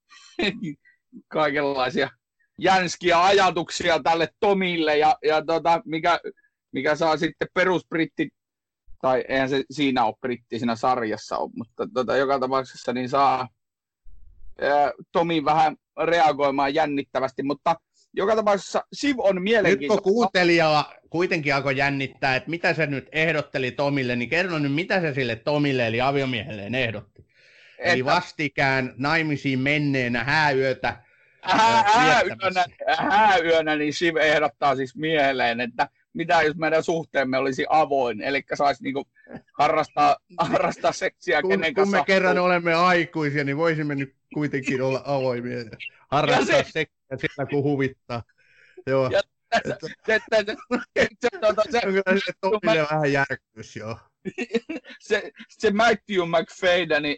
[SPEAKER 3] kaikenlaisia jänskiä ajatuksia tälle Tomille, ja, ja tota, mikä, mikä saa sitten perusbritti, tai eihän se siinä ole britti siinä sarjassa ole, mutta tota, joka tapauksessa niin saa ää, Tomi vähän reagoimaan jännittävästi, mutta joka tapauksessa Shiv on mielenkiintoinen.
[SPEAKER 2] Nyt kun kuuntelijaa kuitenkin alkoi jännittää, että mitä se nyt ehdotteli Tomille, niin kerro nyt, mitä se sille Tomille eli aviomiehelleen ehdotti. Että... Eli vastikään naimisiin menneenä hääyötä.
[SPEAKER 3] Hää, hääyönä, hääyönä, niin Shiv ehdottaa siis miehelleen, että mitä jos meidän suhteemme olisi avoin, eli saisi niinku harrastaa, harrastaa seksiä
[SPEAKER 2] kun,
[SPEAKER 3] kenen
[SPEAKER 2] kun
[SPEAKER 3] kanssa.
[SPEAKER 2] Kun me kerran olemme aikuisia, niin voisimme nyt kuitenkin olla avoimia ja harrastaa se... seksiä siellä, kun huvittaa. Joo. Ja se, se, se, se, se, se, se Tomille vähän järkyys, joo.
[SPEAKER 3] Se, se Matthew McFadden,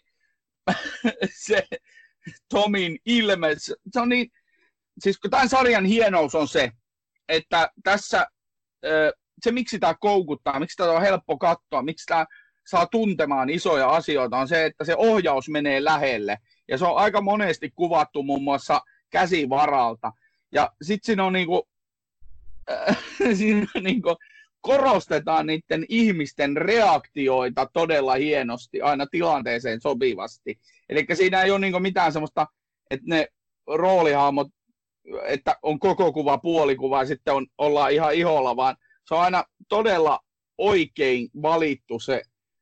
[SPEAKER 3] se Tomin ilme, se on niin, siis kun tämän sarjan hienous on se, että tässä se, miksi tämä koukuttaa, miksi tämä on helppo katsoa, miksi tämä saa tuntemaan isoja asioita, on se, että se ohjaus menee lähelle. Ja se on aika monesti kuvattu muun muassa käsivaralta. Ja sitten siinä on niinku, äh, siinä niinku korostetaan niiden ihmisten reaktioita todella hienosti, aina tilanteeseen sopivasti. Eli siinä ei ole niinku mitään semmoista, että ne roolihahmot, että on koko kuva, puolikuva ja sitten on, ollaan ihan iholla, vaan se on aina todella oikein valittu se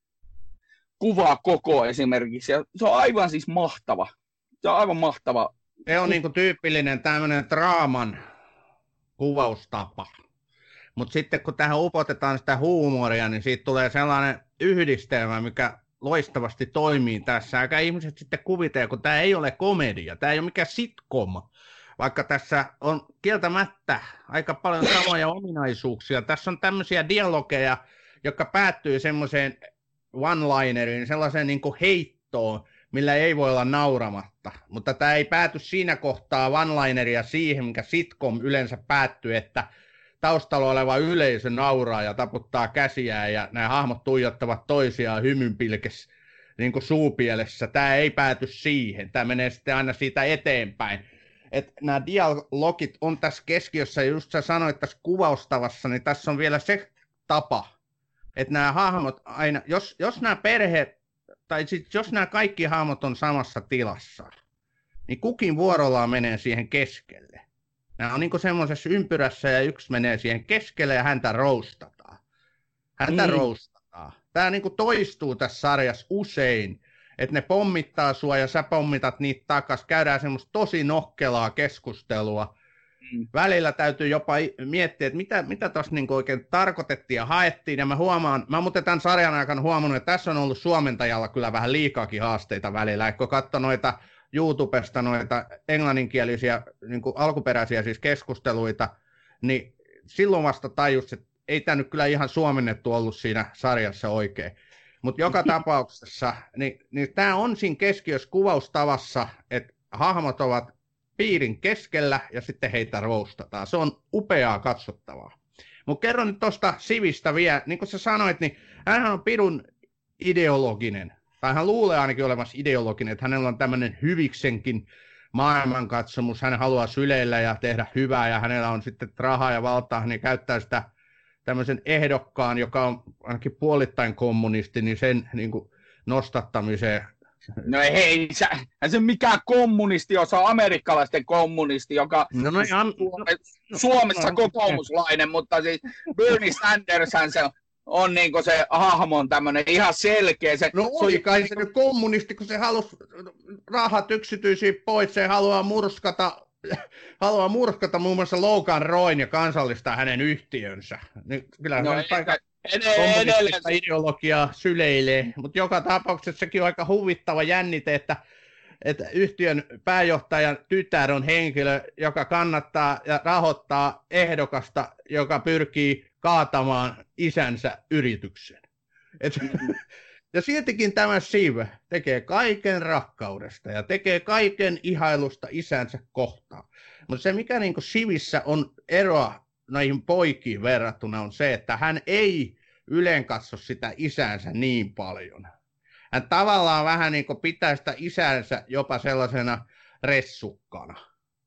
[SPEAKER 3] kuva koko esimerkiksi. Ja se on aivan siis mahtava. Se on aivan mahtava.
[SPEAKER 2] Se on niinku tyypillinen tämmöinen draaman kuvaustapa. Mutta sitten kun tähän upotetaan sitä huumoria, niin siitä tulee sellainen yhdistelmä, mikä loistavasti toimii tässä. Eikä ihmiset sitten kuvitella, kun tämä ei ole komedia, tämä ei ole mikään sitcom, vaikka tässä on kieltämättä aika paljon samoja ominaisuuksia. Tässä on tämmöisiä dialogeja, jotka päättyy semmoiseen one-lineriin, sellaiseen niin kuin heittoon, millä ei voi olla nauramatta. Mutta tämä ei pääty siinä kohtaa one-lineria siihen, mikä sitcom yleensä päättyy, että taustalla oleva yleisö nauraa ja taputtaa käsiään ja nämä hahmot tuijottavat toisiaan hymynpilkes niin kuin suupielessä. Tämä ei pääty siihen. Tämä menee sitten aina siitä eteenpäin. Että nämä dialogit on tässä keskiössä, ja just sä sanoit tässä kuvaustavassa, niin tässä on vielä se tapa, että nämä hahmot aina, jos, jos nämä perhe, tai sit jos nämä kaikki hahmot on samassa tilassa, niin kukin vuorollaan menee siihen keskelle. Nämä on niin kuin semmoisessa ympyrässä, ja yksi menee siihen keskelle, ja häntä roustataan. Häntä mm. roustataan. Tämä niin kuin toistuu tässä sarjassa usein, että ne pommittaa sua ja sä pommitat niitä takas. Käydään semmoista tosi nokkelaa keskustelua. Mm. Välillä täytyy jopa miettiä, että mitä, mitä tuossa niinku oikein tarkoitettiin ja haettiin. Ja mä huomaan, mä muuten tämän sarjan aikana huomannut, että tässä on ollut suomentajalla kyllä vähän liikaakin haasteita välillä. Kun katso noita YouTubesta noita englanninkielisiä, niin kuin alkuperäisiä siis keskusteluita, niin silloin vasta tajus, että ei tämä nyt kyllä ihan suomennettu ollut siinä sarjassa oikein. Mutta joka tapauksessa, niin, niin tämä on siinä keskiössä kuvaustavassa, että hahmot ovat piirin keskellä ja sitten heitä roustataan. Se on upeaa katsottavaa. Mutta kerron nyt tuosta Sivistä vielä. Niin kuin sä sanoit, niin hänhän on pirun ideologinen. Tai hän luulee ainakin olemassa ideologinen, että hänellä on tämmöinen hyviksenkin maailmankatsomus. Hän haluaa syleillä ja tehdä hyvää ja hänellä on sitten rahaa ja valtaa, niin käyttää sitä tämmöisen ehdokkaan, joka on ainakin puolittain kommunisti, niin sen niin kuin nostattamiseen.
[SPEAKER 3] No hei, sä, se on mikään kommunisti, jos on amerikkalaisten kommunisti, joka
[SPEAKER 2] no, no, ihan,
[SPEAKER 3] no, Suomessa no, kokoomuslainen, mutta siis Bernie Sandershan se on niin kuin se hahmon tämmöinen ihan selkeä. Se,
[SPEAKER 2] no oli kai se nyt kommunisti, kun se halusi rahat yksityisiä pois, se haluaa murskata haluaa murskata muun muassa Logan Royn ja kansallistaa hänen yhtiönsä. Niin kyllä no, hän aika kommunistista ideologiaa syleilee, mutta joka tapauksessa sekin on aika huvittava jännite, että, että yhtiön pääjohtajan tytär on henkilö, joka kannattaa ja rahoittaa ehdokasta, joka pyrkii kaatamaan isänsä yrityksen. Et, ja siltikin tämä Siv tekee kaiken rakkaudesta ja tekee kaiken ihailusta isänsä kohtaan. Mutta se, mikä niin kuin Sivissä on eroa näihin poikiin verrattuna, on se, että hän ei yleen katso sitä isänsä niin paljon. Hän tavallaan vähän niin kuin pitää sitä isänsä jopa sellaisena ressukkana.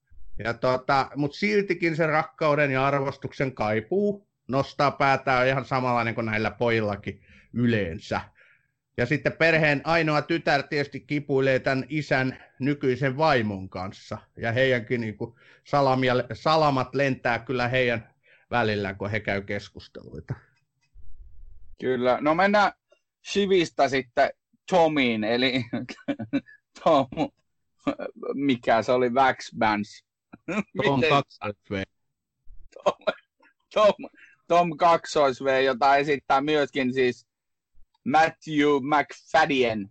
[SPEAKER 2] Ja tota, mutta siltikin sen rakkauden ja arvostuksen kaipuu nostaa päätään ihan samanlainen kuin näillä pojillakin yleensä. Ja sitten perheen ainoa tytär tietysti kipuilee tämän isän nykyisen vaimon kanssa. Ja heidänkin niin kuin salamia, salamat lentää kyllä heidän välillään, kun he käy keskusteluita.
[SPEAKER 3] Kyllä. No mennään Shivistä sitten Tomiin, eli Tom, mikä se oli, Wax Bands.
[SPEAKER 2] Tom kaksois-V.
[SPEAKER 3] Tom, Tom, Tom kaksois-V, jota esittää myöskin siis Matthew McFadden,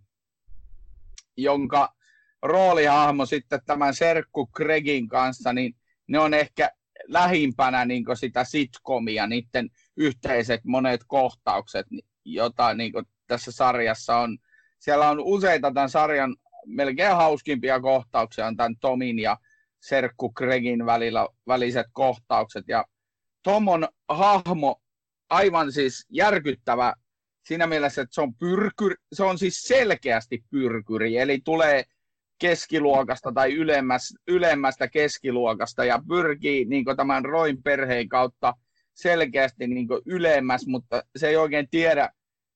[SPEAKER 3] jonka roolihahmo sitten tämän serkku Gregin kanssa, niin ne on ehkä lähimpänä niin sitä sitcomia, niiden yhteiset monet kohtaukset, jota niin tässä sarjassa on. Siellä on useita tämän sarjan melkein hauskimpia kohtauksia, on tämän Tomin ja serkku Gregin välillä, väliset kohtaukset. Ja Tom on hahmo aivan siis järkyttävä siinä mielessä, että se on, pyrkyri, se on siis selkeästi pyrkyri, eli tulee keskiluokasta tai ylemmäs, ylemmästä keskiluokasta ja pyrkii niin tämän Royn perheen kautta selkeästi niin ylemmäs, mutta se ei oikein tiedä,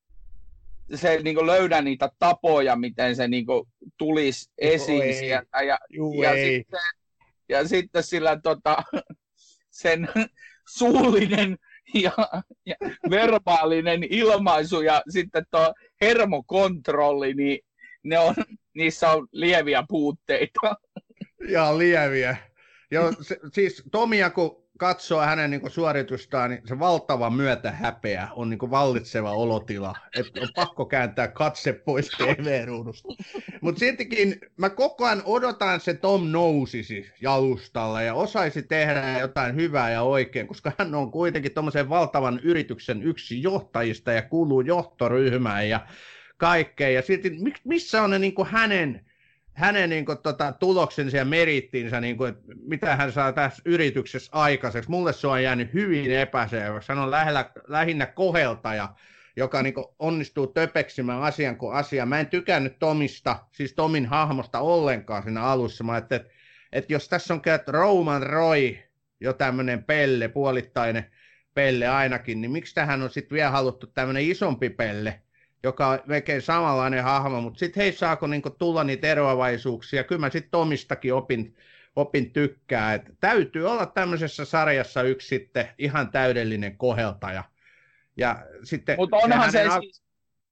[SPEAKER 3] se ei niin löydä niitä tapoja, miten se niin tulisi esiin Juu, sieltä. Ja, ja, sitten, ja sitten sillä tota, sen suullinen ja, ja verbaalinen ilmaisu ja sitten tuo hermokontrolli, niin ne on, niissä on lieviä puutteita.
[SPEAKER 2] Ja lieviä. Jo, se, siis Tomia kun katsoo hänen niin kuin suoritustaan, niin se valtava myötähäpeä on niin kuin vallitseva olotila. Että on pakko kääntää katse pois T V-ruudusta. Mutta sittenkin mä koko ajan odotan, että se Tom nousisi jalustalla ja osaisi tehdä jotain hyvää ja oikein, koska hän on kuitenkin tuommoisen valtavan yrityksen yksi johtajista ja kuuluu johtoryhmään ja kaikkea. Ja sitten missä on ne niin kuin hänen... hänen niin kuin, tota, tuloksensa ja merittinsä, niin kuin, että mitä hän saa tässä yrityksessä aikaiseksi. Mulle se on jäänyt hyvin epäselväksi. Hän on lähellä, lähinnä koheltaja, joka niin kuin, onnistuu töpeksimään asian kuin asia. Mä en tykännyt Tomista, siis Tomin hahmosta ollenkaan siinä alussa. Mä että, että, että jos tässä on käyt Roman Roy, jo tämmöinen pelle, puolittainen pelle ainakin, niin miksi tähän on sitten vielä haluttu tämmöinen isompi pelle, joka on melkein samanlainen hahmo, mutta sitten hei, saako niinku tulla niitä eroavaisuuksia. Kyllä mä sitten Tomistakin opin, opin tykkää. Et täytyy olla tämmöisessä sarjassa yksi sitten ihan täydellinen koheltaja. Ja sitten
[SPEAKER 3] mutta onhan se,
[SPEAKER 2] se
[SPEAKER 3] siis...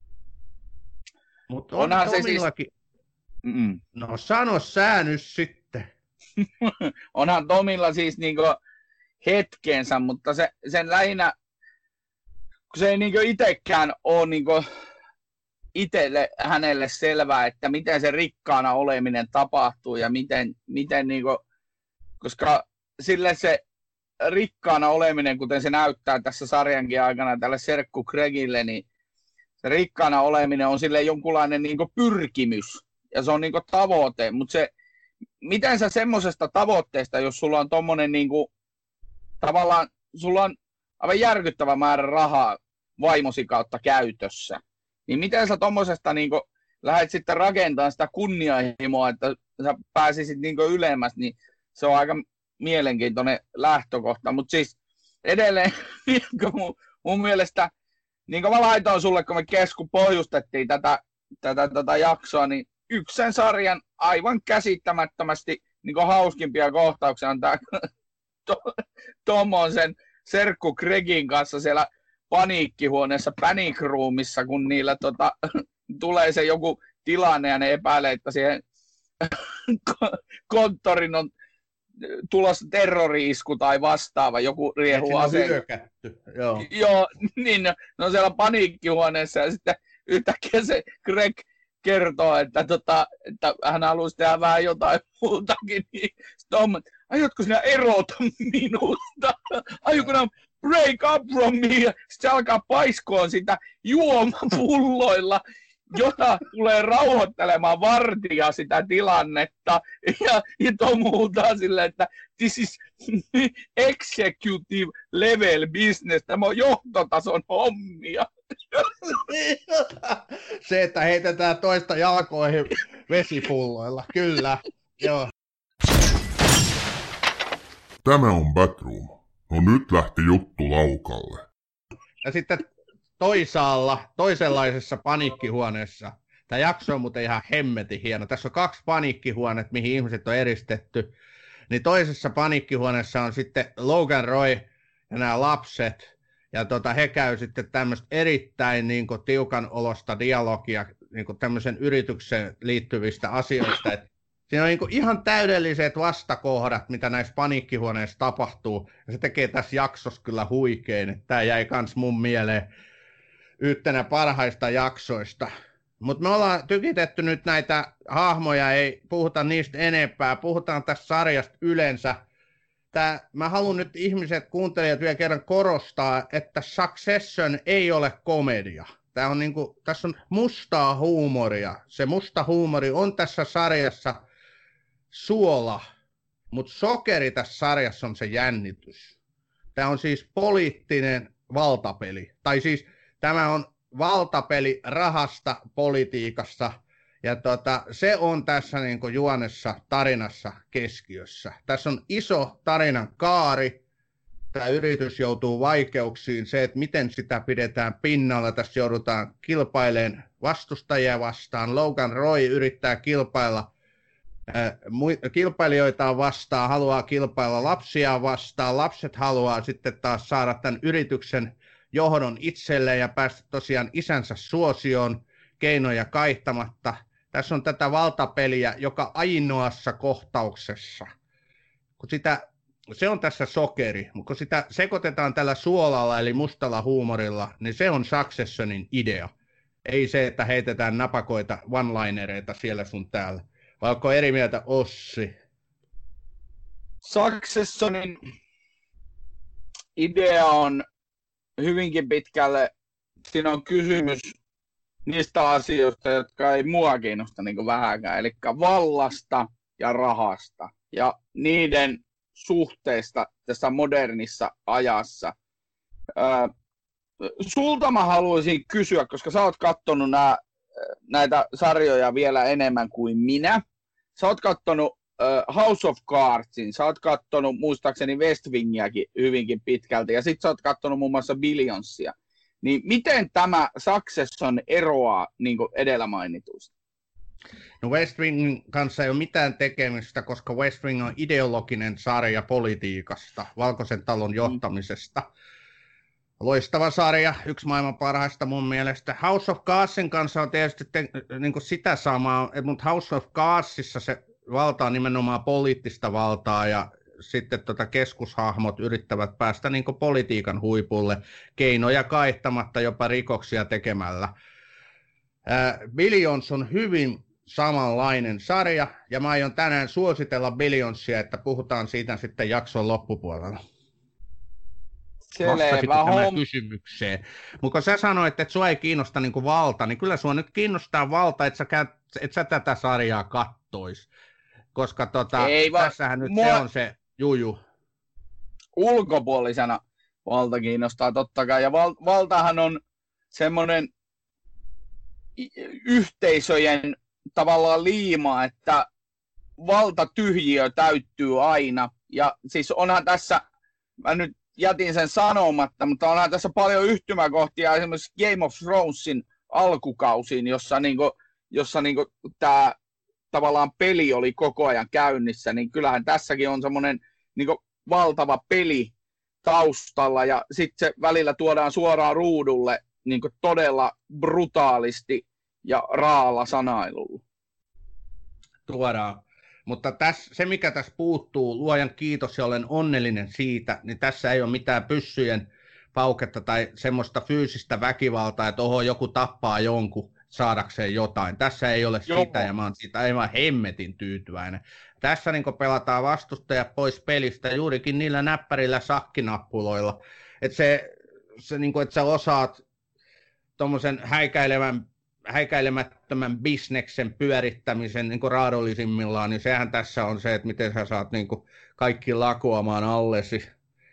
[SPEAKER 2] Mut on
[SPEAKER 3] onhan
[SPEAKER 2] Tomillakin...
[SPEAKER 3] se siis... Mm.
[SPEAKER 2] No sano sä nyt sitten.
[SPEAKER 3] Onhan Tomilla siis niinku hetkensä, mutta se, sen lähinnä, kun se ei niinku itsekään ole niinku itselle hänelle selvää, että miten se rikkaana oleminen tapahtuu ja miten, miten niinku, koska sille se rikkaana oleminen, kuten se näyttää tässä sarjankin aikana tälle serkku Gregille, niin se rikkaana oleminen on sille jonkunlainen niinku pyrkimys ja se on niinku tavoite, mutta se, miten sä semmosesta tavoitteesta, jos sulla on tommonen niinku, tavallaan, sulla on aivan järkyttävä määrä rahaa vaimosi kautta käytössä, niin miten sä tommosesta niinku lähdet sitten rakentamaan sitä kunnianhimoa, että sä pääsisit niinku ylemmäs, niin se on aika mielenkiintoinen lähtökohta. Mutta siis edelleen niinku mun, mun mielestä, niin kuin mä laitoin sulle, kun me kesku pohjustettiin tätä, tätä, tätä jaksoa, niin yksi sen sarjan aivan käsittämättömästi niin kuin hauskimpia kohtauksia on tämä Tom on sen serkku Gregin kanssa siellä paniikkihuoneessa, panic roomissa, kun niillä tota, tulee se joku tilanne ja ne epäilee, että siihen konttorin on tulossa terrori-isku tai vastaava, joku riehuu aseen.
[SPEAKER 2] Joo.
[SPEAKER 3] Joo, niin ne on siellä paniikkihuoneessa ja sitten yhtäkkiä se Greg kertoo, että, tota, että hän haluaisi tehdä vähän jotain muutakin, niin Tom, aiotko sinä erota minusta? Aiotko sinä break up from me? Sitten se alkaa paiskoon sitä juomapulloilla, jota tulee rauhoittelemaan vartija sitä tilannetta. Ja, ja Tom huutaa silleen, että this is executive level business, tämä on johtotason hommia.
[SPEAKER 2] Se, että heitetään toista jalkoihin vesipulloilla, kyllä, joo.
[SPEAKER 1] Tämä on Batroom. No nyt lähti juttu laukalle.
[SPEAKER 2] Ja sitten toisaalla, toisenlaisessa paniikkihuoneessa, tämä jakso on muuten ihan hemmetin hieno. Tässä on kaksi paniikkihuonetta, mihin ihmiset on eristetty. Niin toisessa paniikkihuoneessa on sitten Logan Roy ja nämä lapset. Ja tota, he käy sitten tämmöistä erittäin niin kuin, tiukan olosta dialogia niin kuin, tämmöisen yritykseen liittyvistä asioista. Et siinä on niin kuin, ihan täydelliset vastakohdat, mitä näissä paniikkihuoneissa tapahtuu. Ja se tekee tässä jaksossa kyllä huikein. Tämä jäi kans mun mieleen yhtenä parhaista jaksoista. Mutta me ollaan tykitetty nyt näitä hahmoja, ei puhuta niistä enempää. Puhutaan tästä sarjasta yleensä. Tää, mä haluan nyt ihmiset, kuuntelijat vielä kerran korostaa, että Succession ei ole komedia. Tää on niinku, tässä on mustaa huumoria. Se musta huumori on tässä sarjassa suola, mutta sokeri tässä sarjassa on se jännitys. Tämä on siis poliittinen valtapeli. Tai siis tämä on valtapeli rahasta, politiikassa. Ja tota, se on tässä niin kuin juonessa, tarinassa keskiössä. Tässä on iso tarinan kaari. Tämä yritys joutuu vaikeuksiin. Se, että miten sitä pidetään pinnalla. Tässä joudutaan kilpailemaan vastustajia vastaan. Logan Roy yrittää kilpailla äh, kilpailijoita vastaan, haluaa kilpailla lapsia vastaan. Lapset haluaa sitten taas saada tämän yrityksen johdon itselleen ja päästä tosiaan isänsä suosioon keinoja kaihtamatta. Tässä on tätä valtapeliä joka ainoassa kohtauksessa. Kun sitä se on tässä sokeri, mutta kun sitä sekoitetaan tällä suolalla eli mustalla huumorilla, niin se on Successionin idea. Ei se, että heitetään napakoita one-linereita siellä sun täällä. Vai onko eri mieltä Ossi?
[SPEAKER 3] Successionin idea on hyvinkin pitkälle, siinä on kysymys niistä asioista, jotka ei mua kiinnosta niin kuin vähänkään, eli vallasta ja rahasta ja niiden suhteesta tässä modernissa ajassa. Ää, sulta mä haluaisin kysyä, koska sä oot kattonut nää, näitä sarjoja vielä enemmän kuin minä. Sä oot kattonut äh, House of Cardsin, sä oot kattonut muistaakseni West Wingiäkin hyvinkin pitkälti, ja sit sä oot kattonut muun muassa Billionsia. Niin miten tämä Succession eroaa niin kuin edellä mainituista?
[SPEAKER 2] No West Wingin kanssa ei ole mitään tekemistä, koska West Wing on ideologinen sarja politiikasta, Valkoisen talon johtamisesta. Mm. Loistava sarja, yksi maailman parhaista mun mielestä. House of Cardsin kanssa on tietysti te, niin kuin sitä samaa, mutta House of Cardsissa se valta on nimenomaan poliittista valtaa ja sitten tota keskushahmot yrittävät päästä niin kuin politiikan huipulle keinoja kaihtamatta, jopa rikoksia tekemällä. Äh, Billions on hyvin samanlainen sarja ja mä aion tänään suositella Billionsia, että puhutaan siitä sitten jakson loppupuolella. Vastasitko tämän kysymykseen. Mutta kun sä sanoit, että sua ei kiinnosta niinku valta, niin kyllä sua nyt kiinnostaa valta, että sä, käyt, et sä tätä sarjaa kattois. Koska tota, ei, tässähän nyt mua... se on se juju.
[SPEAKER 3] Ulkopuolisena valta kiinnostaa totta kai. Ja val- valtahan on semmoinen yhteisöjen tavallaan liima, että valtatyhjiö täyttyy aina. Ja siis onhan tässä, mä nyt jätin sen sanomatta, mutta onhan tässä paljon yhtymäkohtia esimerkiksi Game of Thronesin alkukausiin, jossa, niinku, jossa niinku tämä tavallaan peli oli koko ajan käynnissä, niin kyllähän tässäkin on semmoinen niinku valtava peli taustalla, ja sitten se välillä tuodaan suoraan ruudulle niinku todella brutaalisti ja raalla sanailulla.
[SPEAKER 2] Tuodaan. Mutta tässä, se, mikä tässä puuttuu, luojan kiitos ja olen onnellinen siitä, niin tässä ei ole mitään pyssyjen pauketta tai semmoista fyysistä väkivaltaa, että oho, joku tappaa jonkun saadakseen jotain. Tässä ei ole Joo. sitä ja mä oon siitä aivan hemmetin tyytyväinen. Tässä niin pelataan vastustajat pois pelistä juurikin niillä näppärillä sakkinappuloilla. Että se, se niin kuin, että sä osaat tuommoisen häikäilevän häikäilemättömän bisneksen pyörittämisen niin kuin raadollisimmillaan, niin sehän tässä on se, että miten sä saat niin kuin kaikki lakoamaan allesi.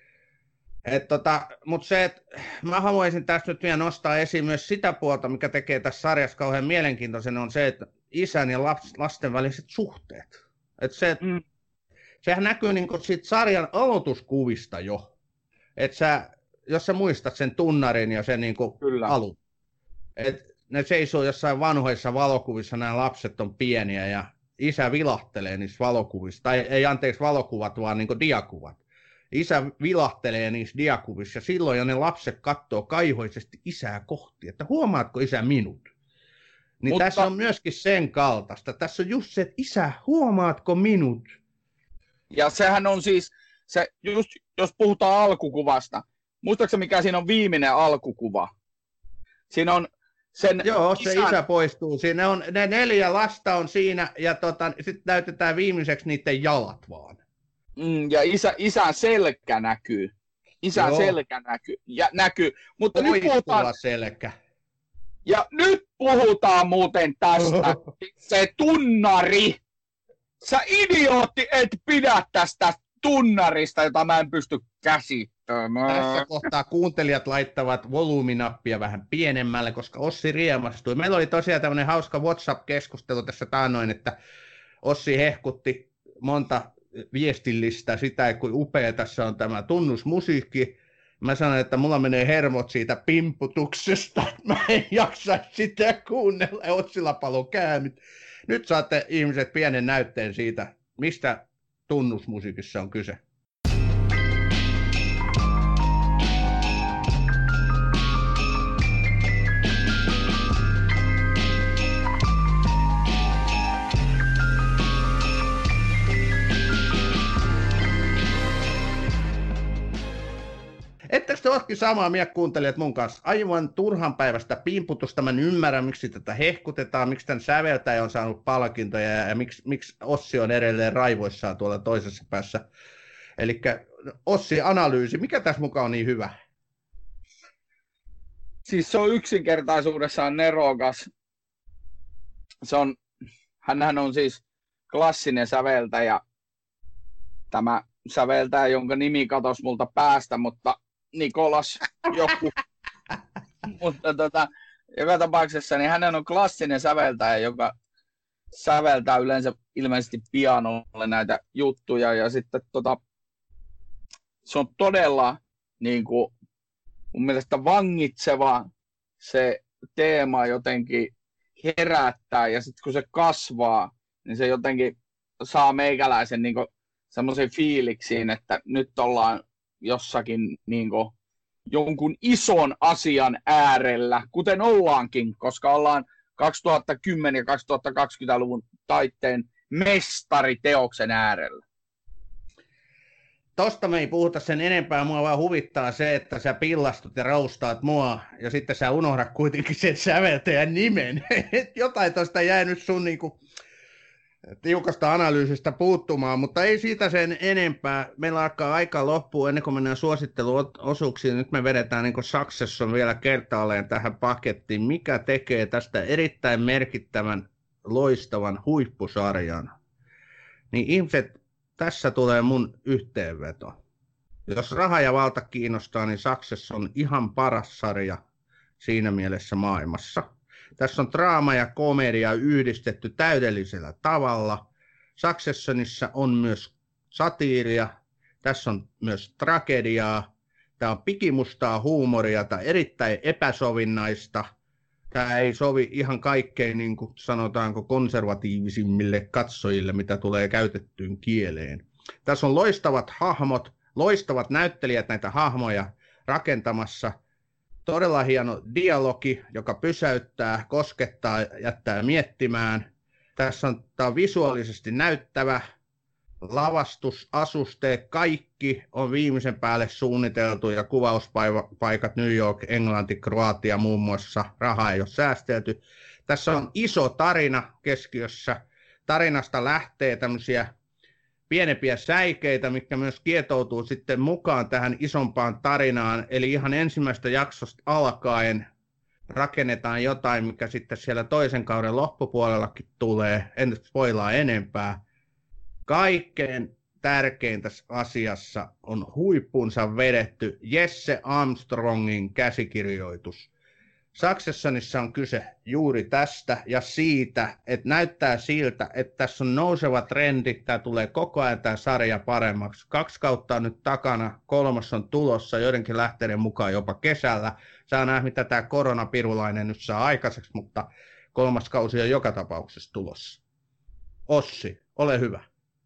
[SPEAKER 2] Tota, mutta se, että mä haluaisin tästä nyt vielä nostaa esiin myös sitä puolta, mikä tekee tässä sarjassa kauhean mielenkiintoisen, on se, että isän ja lasten väliset suhteet. Että se, mm. sehän näkyy niin kuin siitä sarjan aloituskuvista jo. Että sä, jos sä muistat sen tunnarin ja sen niin kuin alun. Et ne seisoo jossain vanhoissa valokuvissa, nämä lapset on pieniä ja isä vilahtelee niissä valokuvissa, tai ei anteeksi valokuvat, vaan niin kuin diakuvat. Isä vilahtelee niissä diakuvissa ja silloin jo ne lapset katsoo kaihoisesti isää kohti, että huomaatko isä minut? Niin Mutta... tässä on myöskin sen kaltaista. Tässä on just se, että isä, huomaatko minut?
[SPEAKER 3] Ja sehän on siis, se, just, jos puhutaan alkukuvasta, muistaakseni mikä siinä on viimeinen alkukuva? Siinä on sen
[SPEAKER 2] Joo, isän... se isä poistuu. Siinä on, ne neljä lasta on siinä ja tota, sitten näytetään viimeiseksi niiden jalat vaan.
[SPEAKER 3] Mm, ja isä, isän selkä näkyy. Isän Joo. selkä näkyy. Ja, näkyy. Mutta nyt puhutaan...
[SPEAKER 2] selkä.
[SPEAKER 3] Ja nyt puhutaan muuten tästä. Se tunnari. Sä idiootti et pidä tästä tunnarista, jota mä en pysty käsittämään.
[SPEAKER 2] Tässä kohtaa kuuntelijat laittavat volyyminappia vähän pienemmälle, koska Ossi riemastui. Meillä oli tosiaan tämmöinen hauska WhatsApp-keskustelu tässä taannoin, että Ossi hehkutti monta viestillistä sitä, että kuin upea tässä on tämä tunnusmusiikki. Mä sanoin, että mulla menee hermot siitä pimputuksesta, mä en jaksa sitä kuunnella, Otsilla palo käämit. Nyt saatte ihmiset pienen näytteen siitä, mistä tunnusmusiikissa on kyse. Ettekö te olekin samaa mieltä kuuntelijat mun kanssa? Aivan turhan päivästä pimputusta. Mä en ymmärrä, miksi tätä hehkutetaan, miksi tämän säveltäjä on saanut palkintoja ja, ja miksi, miksi Ossi on edelleen raivoissaan tuolla toisessa päässä. Eli Ossi, analyysi, mikä tässä mukaan on niin hyvä?
[SPEAKER 3] Siis se on yksinkertaisuudessaan nerokas. Se on, hänhän on siis klassinen säveltäjä. Tämä säveltäjä, jonka nimi katosi multa päästä, mutta Nikolas joku. Mutta tota, joka tapauksessa niin hänen on klassinen säveltäjä, joka säveltää yleensä ilmeisesti pianolle näitä juttuja. Ja sitten tota, se on todella niin kuin, mun mielestä vangitseva se teema jotenkin herättää. Ja sitten kun se kasvaa, niin se jotenkin saa meikäläisen niin kuin semmoisen fiiliksiin, että nyt ollaan jossakin niin kuin, jonkun ison asian äärellä, kuten ollaankin, koska ollaan kaksituhattakymmenen ja kaksituhattakaksikymmentäluvun taitteen mestariteoksen äärellä.
[SPEAKER 2] Tosta me ei puhuta sen enempää, mua vaan huvittaa se, että sä pillastut ja roustaat mua, ja sitten sä unohdat kuitenkin sen säveltäjän nimen. Jotain tosta jäänyt sun niinku tiukasta analyysistä puuttumaan, mutta ei siitä sen enempää. Meillä alkaa aika loppua ennen kuin mennään suositteluosuuksiin. Nyt me vedetään niin kuin Succession vielä kertaalleen tähän pakettiin. Mikä tekee tästä erittäin merkittävän, loistavan huippusarjan? Niin ihmiset, tässä tulee mun yhteenveto. Jos raha ja valta kiinnostaa, niin Succession on ihan paras sarja siinä mielessä maailmassa. Tässä on draama ja komedia yhdistetty täydellisellä tavalla. Successionissa on myös satiiria, tässä on myös tragediaa. Tämä on pikimustaa huumoria tai erittäin epäsovinnaista. Tämä ei sovi ihan kaikkein, niin kuin sanotaanko, konservatiivisimmille katsojille, mitä tulee käytettyyn kieleen. Tässä on loistavat hahmot, loistavat näyttelijät näitä hahmoja rakentamassa. Todella hieno dialogi, joka pysäyttää, koskettaa, jättää miettimään. Tässä on, tämä on visuaalisesti näyttävä, lavastus, asusteet, kaikki on viimeisen päälle suunniteltu ja kuvauspaikat New York, Englanti, Kroatia muun muassa, rahaa ei ole säästelty. Tässä on iso tarina keskiössä. Tarinasta lähtee tämmöisiä pienempiä säikeitä, mitkä myös kietoutuu sitten mukaan tähän isompaan tarinaan. Eli ihan ensimmäistä jaksosta alkaen rakennetaan jotain, mikä sitten siellä toisen kauden loppupuolellakin tulee. En spoilaa enempää. Kaikkein tärkein tässä asiassa on huippunsa vedetty Jesse Armstrongin käsikirjoitus. Successionissa on kyse juuri tästä ja siitä, että näyttää siltä, että tässä on nouseva trendi, tämä tulee koko ajan tämä sarja paremmaksi. Kaksi kautta on nyt takana, kolmas on tulossa, joidenkin lähteiden mukaan jopa kesällä. Saa nähdä, mitä tämä koronapirulainen nyt saa aikaiseksi, mutta kolmas kausi on joka tapauksessa tulossa. Ossi, ole hyvä.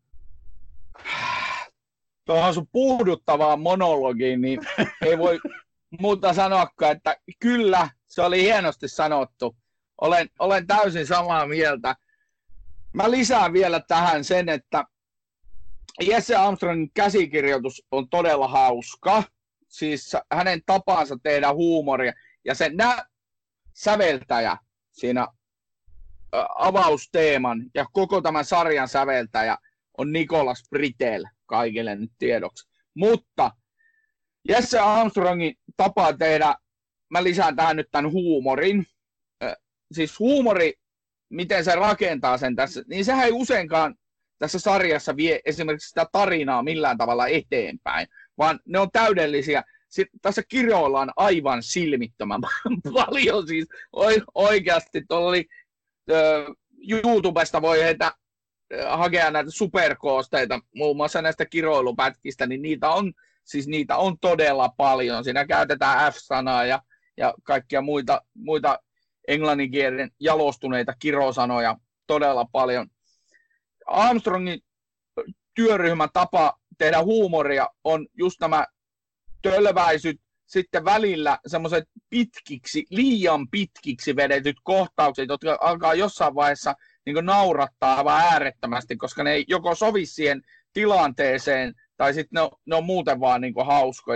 [SPEAKER 3] Tuohon sun puhduttavaan monologiin, niin ei voi muuta sanoakaan, että kyllä, se oli hienosti sanottu. Olen, olen täysin samaa mieltä. Mä lisään vielä tähän sen, että Jesse Armstrongin käsikirjoitus on todella hauska. Siis hänen tapansa tehdä huumoria. Ja se nä- säveltäjä siinä ä, avausteeman ja koko tämän sarjan säveltäjä on Nicholas Britell, kaikille nyt tiedoksi. Mutta Jesse Armstrongin tapa tehdä, mä lisään tähän nyt tämän huumorin. Äh, siis huumori, miten se rakentaa sen tässä, niin sehän ei useinkaan tässä sarjassa vie esimerkiksi sitä tarinaa millään tavalla eteenpäin, vaan ne on täydellisiä. Sitten tässä kirjoillaan aivan silmittömän paljon, siis oikeasti tuolla oli äh, YouTubesta voi heitä hakea näitä superkoosteita, muun muassa näistä kiroilupätkistä, niin niitä on, siis niitä on todella paljon. Siinä käytetään F-sanaa ja, ja kaikkia muita, muita englanninkielen jalostuneita kirosanoja todella paljon. Armstrongin työryhmän tapa tehdä huumoria on just nämä tölväisyt, sitten välillä semmoiset pitkiksi, liian pitkiksi vedetyt kohtaukset, jotka alkaa jossain vaiheessa niin naurattaa aivan äärettömästi, koska ne ei joko sovi siihen tilanteeseen, tai sitten ne, ne on muuten vaan niin hauskoja.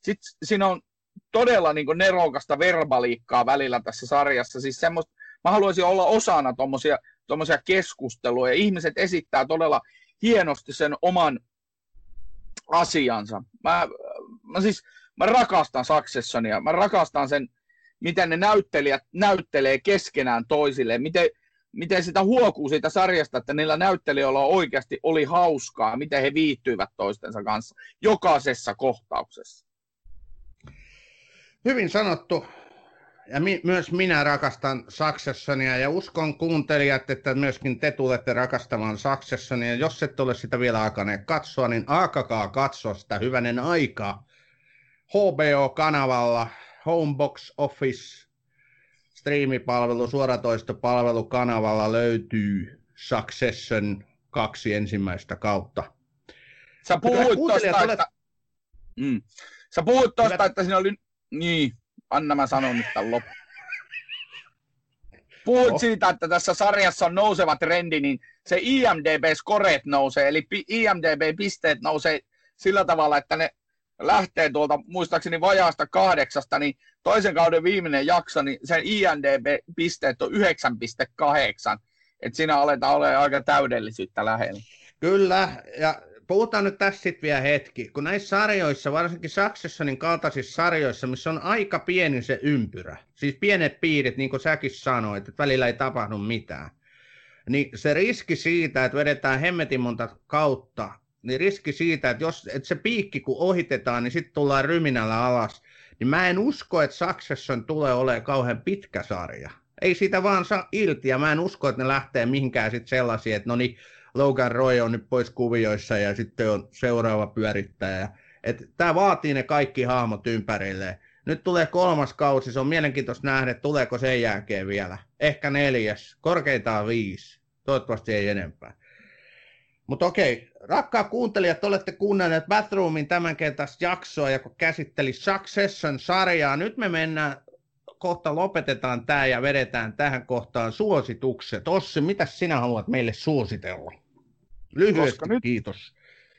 [SPEAKER 3] sitten siinä on todella niin kuin nerokasta verbaliikkaa välillä tässä sarjassa. Siis semmoista, mä haluaisin olla osana tommosia, tommosia keskusteluja. Ihmiset esittää todella hienosti sen oman asiansa. Mä, mä siis mä rakastan Successionia. Mä rakastan sen, miten ne näyttelijät näyttelee keskenään toisilleen. Miten, miten sitä huokuu siitä sarjasta, että niillä näyttelijöillä oikeasti oli hauskaa. Miten he viihtyivät toistensa kanssa jokaisessa kohtauksessa.
[SPEAKER 2] Hyvin sanottu. Ja mi- myös minä rakastan Successionia ja uskon kuuntelijat, että myöskin te tulette rakastamaan Successionia. Jos et ole sitä vielä alkaneet katsoa, niin alkakaa katsoa sitä hyvänen aikaa. H B O-kanavalla, Homebox Office, striimipalvelu, suoratoistopalvelu kanavalla löytyy Succession kaksi ensimmäistä kautta.
[SPEAKER 3] Sä puhuit tuosta,
[SPEAKER 2] olet...
[SPEAKER 3] että... Mm. Sä puhuit tuosta, että siinä oli... Niin, anna mä sanon nyt tämän lopun. Puhuit oh. siitä, että tässä sarjassa on nouseva trendi, niin se I M D B-skoreet nousee, eli I M D B-pisteet nousee sillä tavalla, että ne lähtee tuolta muistaakseni vajaasta kahdeksasta, niin toisen kauden viimeinen jakso, niin sen I M D B-pisteet on yhdeksän pilkku kahdeksan, että siinä aletaan olemaan aika täydellisyyttä lähellä.
[SPEAKER 2] Kyllä, ja puhutaan nyt tässä sitten vielä hetki, kun näissä sarjoissa, varsinkin Successionin kaltaisissa sarjoissa, missä on aika pieni se ympyrä, siis pienet piirit, niin kuin säkin sanoit, että välillä ei tapahdu mitään, niin se riski siitä, että vedetään hemmetin monta kautta, niin riski siitä, että, jos, että se piikki kun ohitetaan, niin sitten tullaan ryminällä alas, niin mä en usko, että Succession tulee olemaan kauhean pitkä sarja. Ei siitä vaan saa irti, ja mä en usko, että ne lähtee mihinkään sitten sellaisia, että no niin, Logan Roy on nyt pois kuvioissa ja sitten on seuraava pyörittäjä. Tämä vaatii ne kaikki hahmot ympärilleen. Nyt tulee kolmas kausi, se on mielenkiintoista nähdä, että tuleeko sen jälkeen vielä. Ehkä neljäs, korkeintaan viisi, toivottavasti ei enempää. Mutta okei, rakkaat kuuntelijat, olette kuunnelleet Bathroomin tämänkertaista jaksoa, joka käsitteli Succession-sarjaa. Nyt me mennään, kohta lopetetaan tämä ja vedetään tähän kohtaan suositukset. Ossi, mitä sinä haluat meille suositella? Lyhyesti, nyt, kiitos.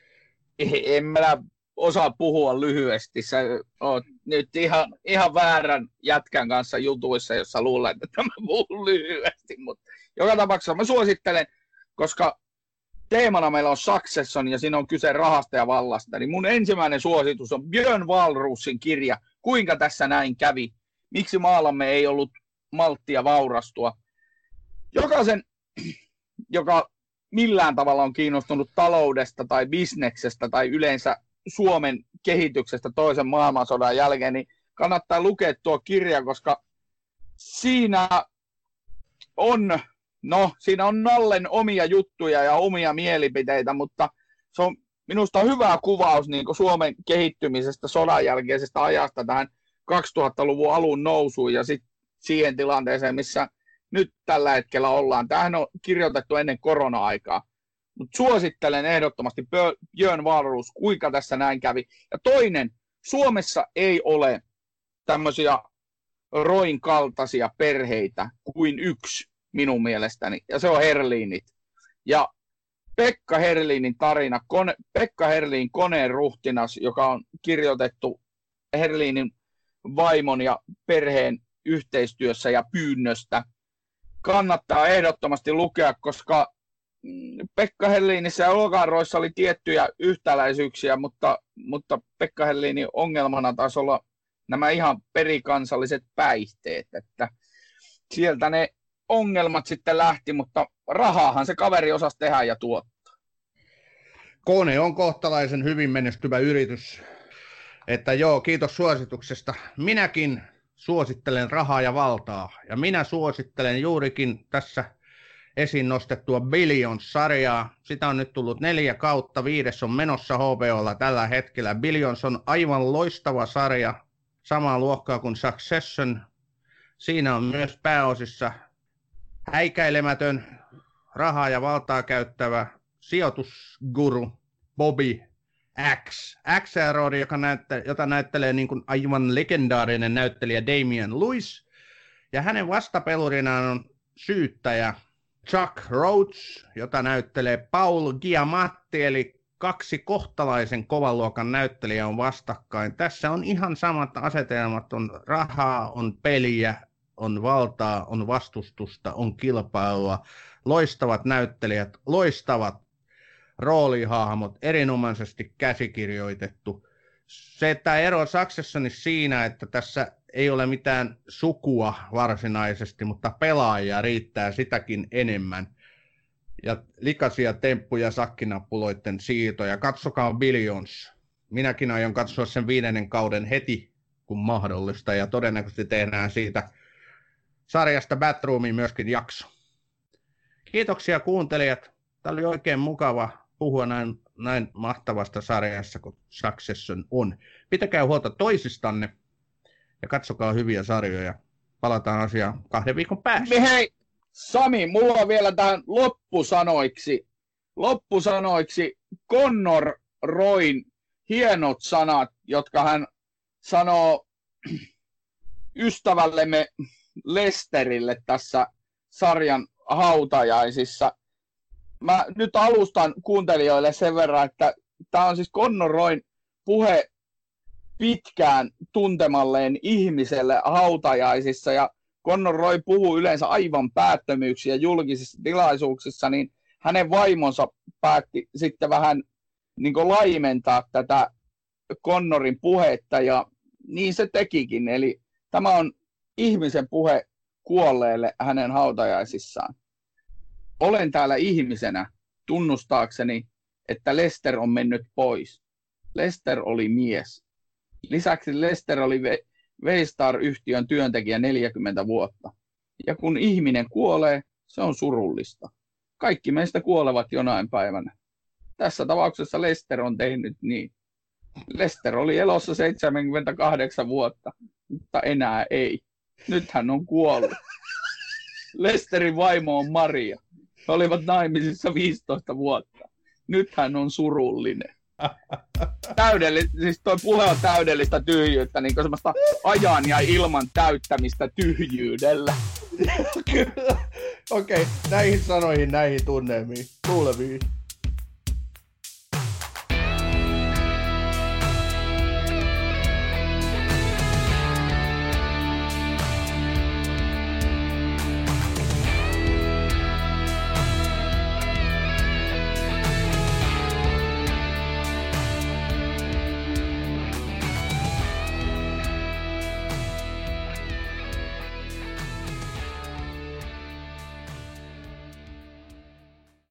[SPEAKER 3] En mä osaa puhua lyhyesti. Sä oot nyt ihan, ihan väärän jätkän kanssa jutuissa, jos sä luulet, että mä puhun lyhyesti. Mutta joka tapauksessa mä suosittelen, koska teemana meillä on Succession ja siinä on kyse rahasta ja vallasta. Niin mun ensimmäinen suositus on Björn Wahlroosin kirja Kuinka tässä näin kävi? Miksi maallamme ei ollut malttia vaurastua? Jokaisen, joka millään tavalla on kiinnostunut taloudesta tai bisneksestä tai yleensä Suomen kehityksestä toisen maailmansodan jälkeen, niin kannattaa lukea tuo kirja, koska siinä on, no, siinä on Nallen omia juttuja ja omia mielipiteitä, mutta se on minusta hyvä kuvaus niin kuin Suomen kehittymisestä sodan jälkeisestä ajasta tähän kaksituhattaluvun alun nousuun ja sitten siihen tilanteeseen, missä nyt tällä hetkellä ollaan. Tämähän on kirjoitettu ennen korona-aikaa, mutta suosittelen ehdottomasti Björn Wahlroos, kuinka tässä näin kävi. Ja toinen, Suomessa ei ole tämmöisiä Roin kaltaisia perheitä kuin yksi minun mielestäni, ja se on Herlinit. Ja Pekka Herlinin tarina, kone, Pekka Herlin koneen ruhtinas, joka on kirjoitettu Herlinin vaimon ja perheen yhteistyössä ja pyynnöstä, kannattaa ehdottomasti lukea, koska Pekka Herlinissä ja Logan Royssa oli tiettyjä yhtäläisyyksiä, mutta, mutta Pekka Herlinin ongelmana taisi olla nämä ihan perikansalliset päihteet, että sieltä ne ongelmat sitten lähti, mutta rahaahan se kaveri osasi tehdä ja tuottaa.
[SPEAKER 2] Kone on kohtalaisen hyvin menestyvä yritys. Että joo, kiitos suosituksesta. Minäkin suosittelen Rahaa ja valtaa. Ja minä suosittelen juurikin tässä esiin nostettua Billions-sarjaa. Sitä on nyt tullut neljä kautta, viides on menossa H B O:lla tällä hetkellä. Billions on aivan loistava sarja, samaa luokkaa kuin Succession. Siinä on myös pääosissa häikäilemätön rahaa ja valtaa käyttävä sijoitusguru Bobby X. X-Road, joka näytte, jota näyttelee niin kuin aivan legendaarinen näyttelijä Damian Lewis. Ja hänen vastapelurinaan on syyttäjä Chuck Rhodes, jota näyttelee Paul Giamatti, eli kaksi kohtalaisen kovan luokan näyttelijää on vastakkain. Tässä on ihan samat asetelmat, on rahaa, on peliä, on valtaa, on vastustusta, on kilpailua, loistavat näyttelijät, loistavat roolihahmot, erinomaisesti käsikirjoitettu. Se, että ero Successionissa siinä, että tässä ei ole mitään sukua varsinaisesti, mutta pelaajia riittää sitäkin enemmän. Ja likaisia temppuja sakkinappuloiden siirtoja. Katsokaa Billions. Minäkin aion katsoa sen viidennen kauden heti, kun mahdollista. Ja todennäköisesti tehdään siitä sarjasta Batroomiin myöskin jakso. Kiitoksia kuuntelijat. Tämä oli oikein mukava puhua näin, näin mahtavasta sarjassa, kun Succession on. Pitäkää huolta toisistanne ja katsokaa hyviä sarjoja. Palataan asiaan kahden viikon päästä.
[SPEAKER 3] Hei, Sami, mulla on vielä tähän loppusanoiksi, loppusanoiksi Connor Royn hienot sanat, jotka hän sanoo ystävällemme Lesterille tässä sarjan hautajaisissa. Mä nyt alustan kuuntelijoille sen verran, että tämä on siis Connor Royn puhe pitkään tuntemalleen ihmiselle hautajaisissa, ja Connor Roy puhuu yleensä aivan päättömyyksiä julkisissa tilaisuuksissa, niin hänen vaimonsa päätti sitten vähän niin kuin laimentaa tätä Connorin puhetta, ja niin se tekikin. Eli tämä on ihmisen puhe kuolleelle hänen hautajaisissaan. Olen täällä ihmisenä tunnustaakseni, että Lester on mennyt pois. Lester oli mies. Lisäksi Lester oli Waystar-yhtiön työntekijä neljäkymmentä vuotta. Ja kun ihminen kuolee, se on surullista. Kaikki meistä kuolevat jonain päivänä. Tässä tapauksessa Lester on tehnyt niin. Lester oli elossa seitsemänkymmentäkahdeksan vuotta, mutta enää ei. Nyt hän on kuollut. Lesterin vaimo on Maria. He olivat naimisissa viisitoista vuotta. Nyt hän on surullinen. Täydellistä, siis tuo puhe on täydellistä tyhjyyttä, niin kuin semmoista ajan ja ilman täyttämistä tyhjyydellä.
[SPEAKER 2] Kyllä. Okei, näihin sanoihin, näihin tunnelmiin. Kuulemiin.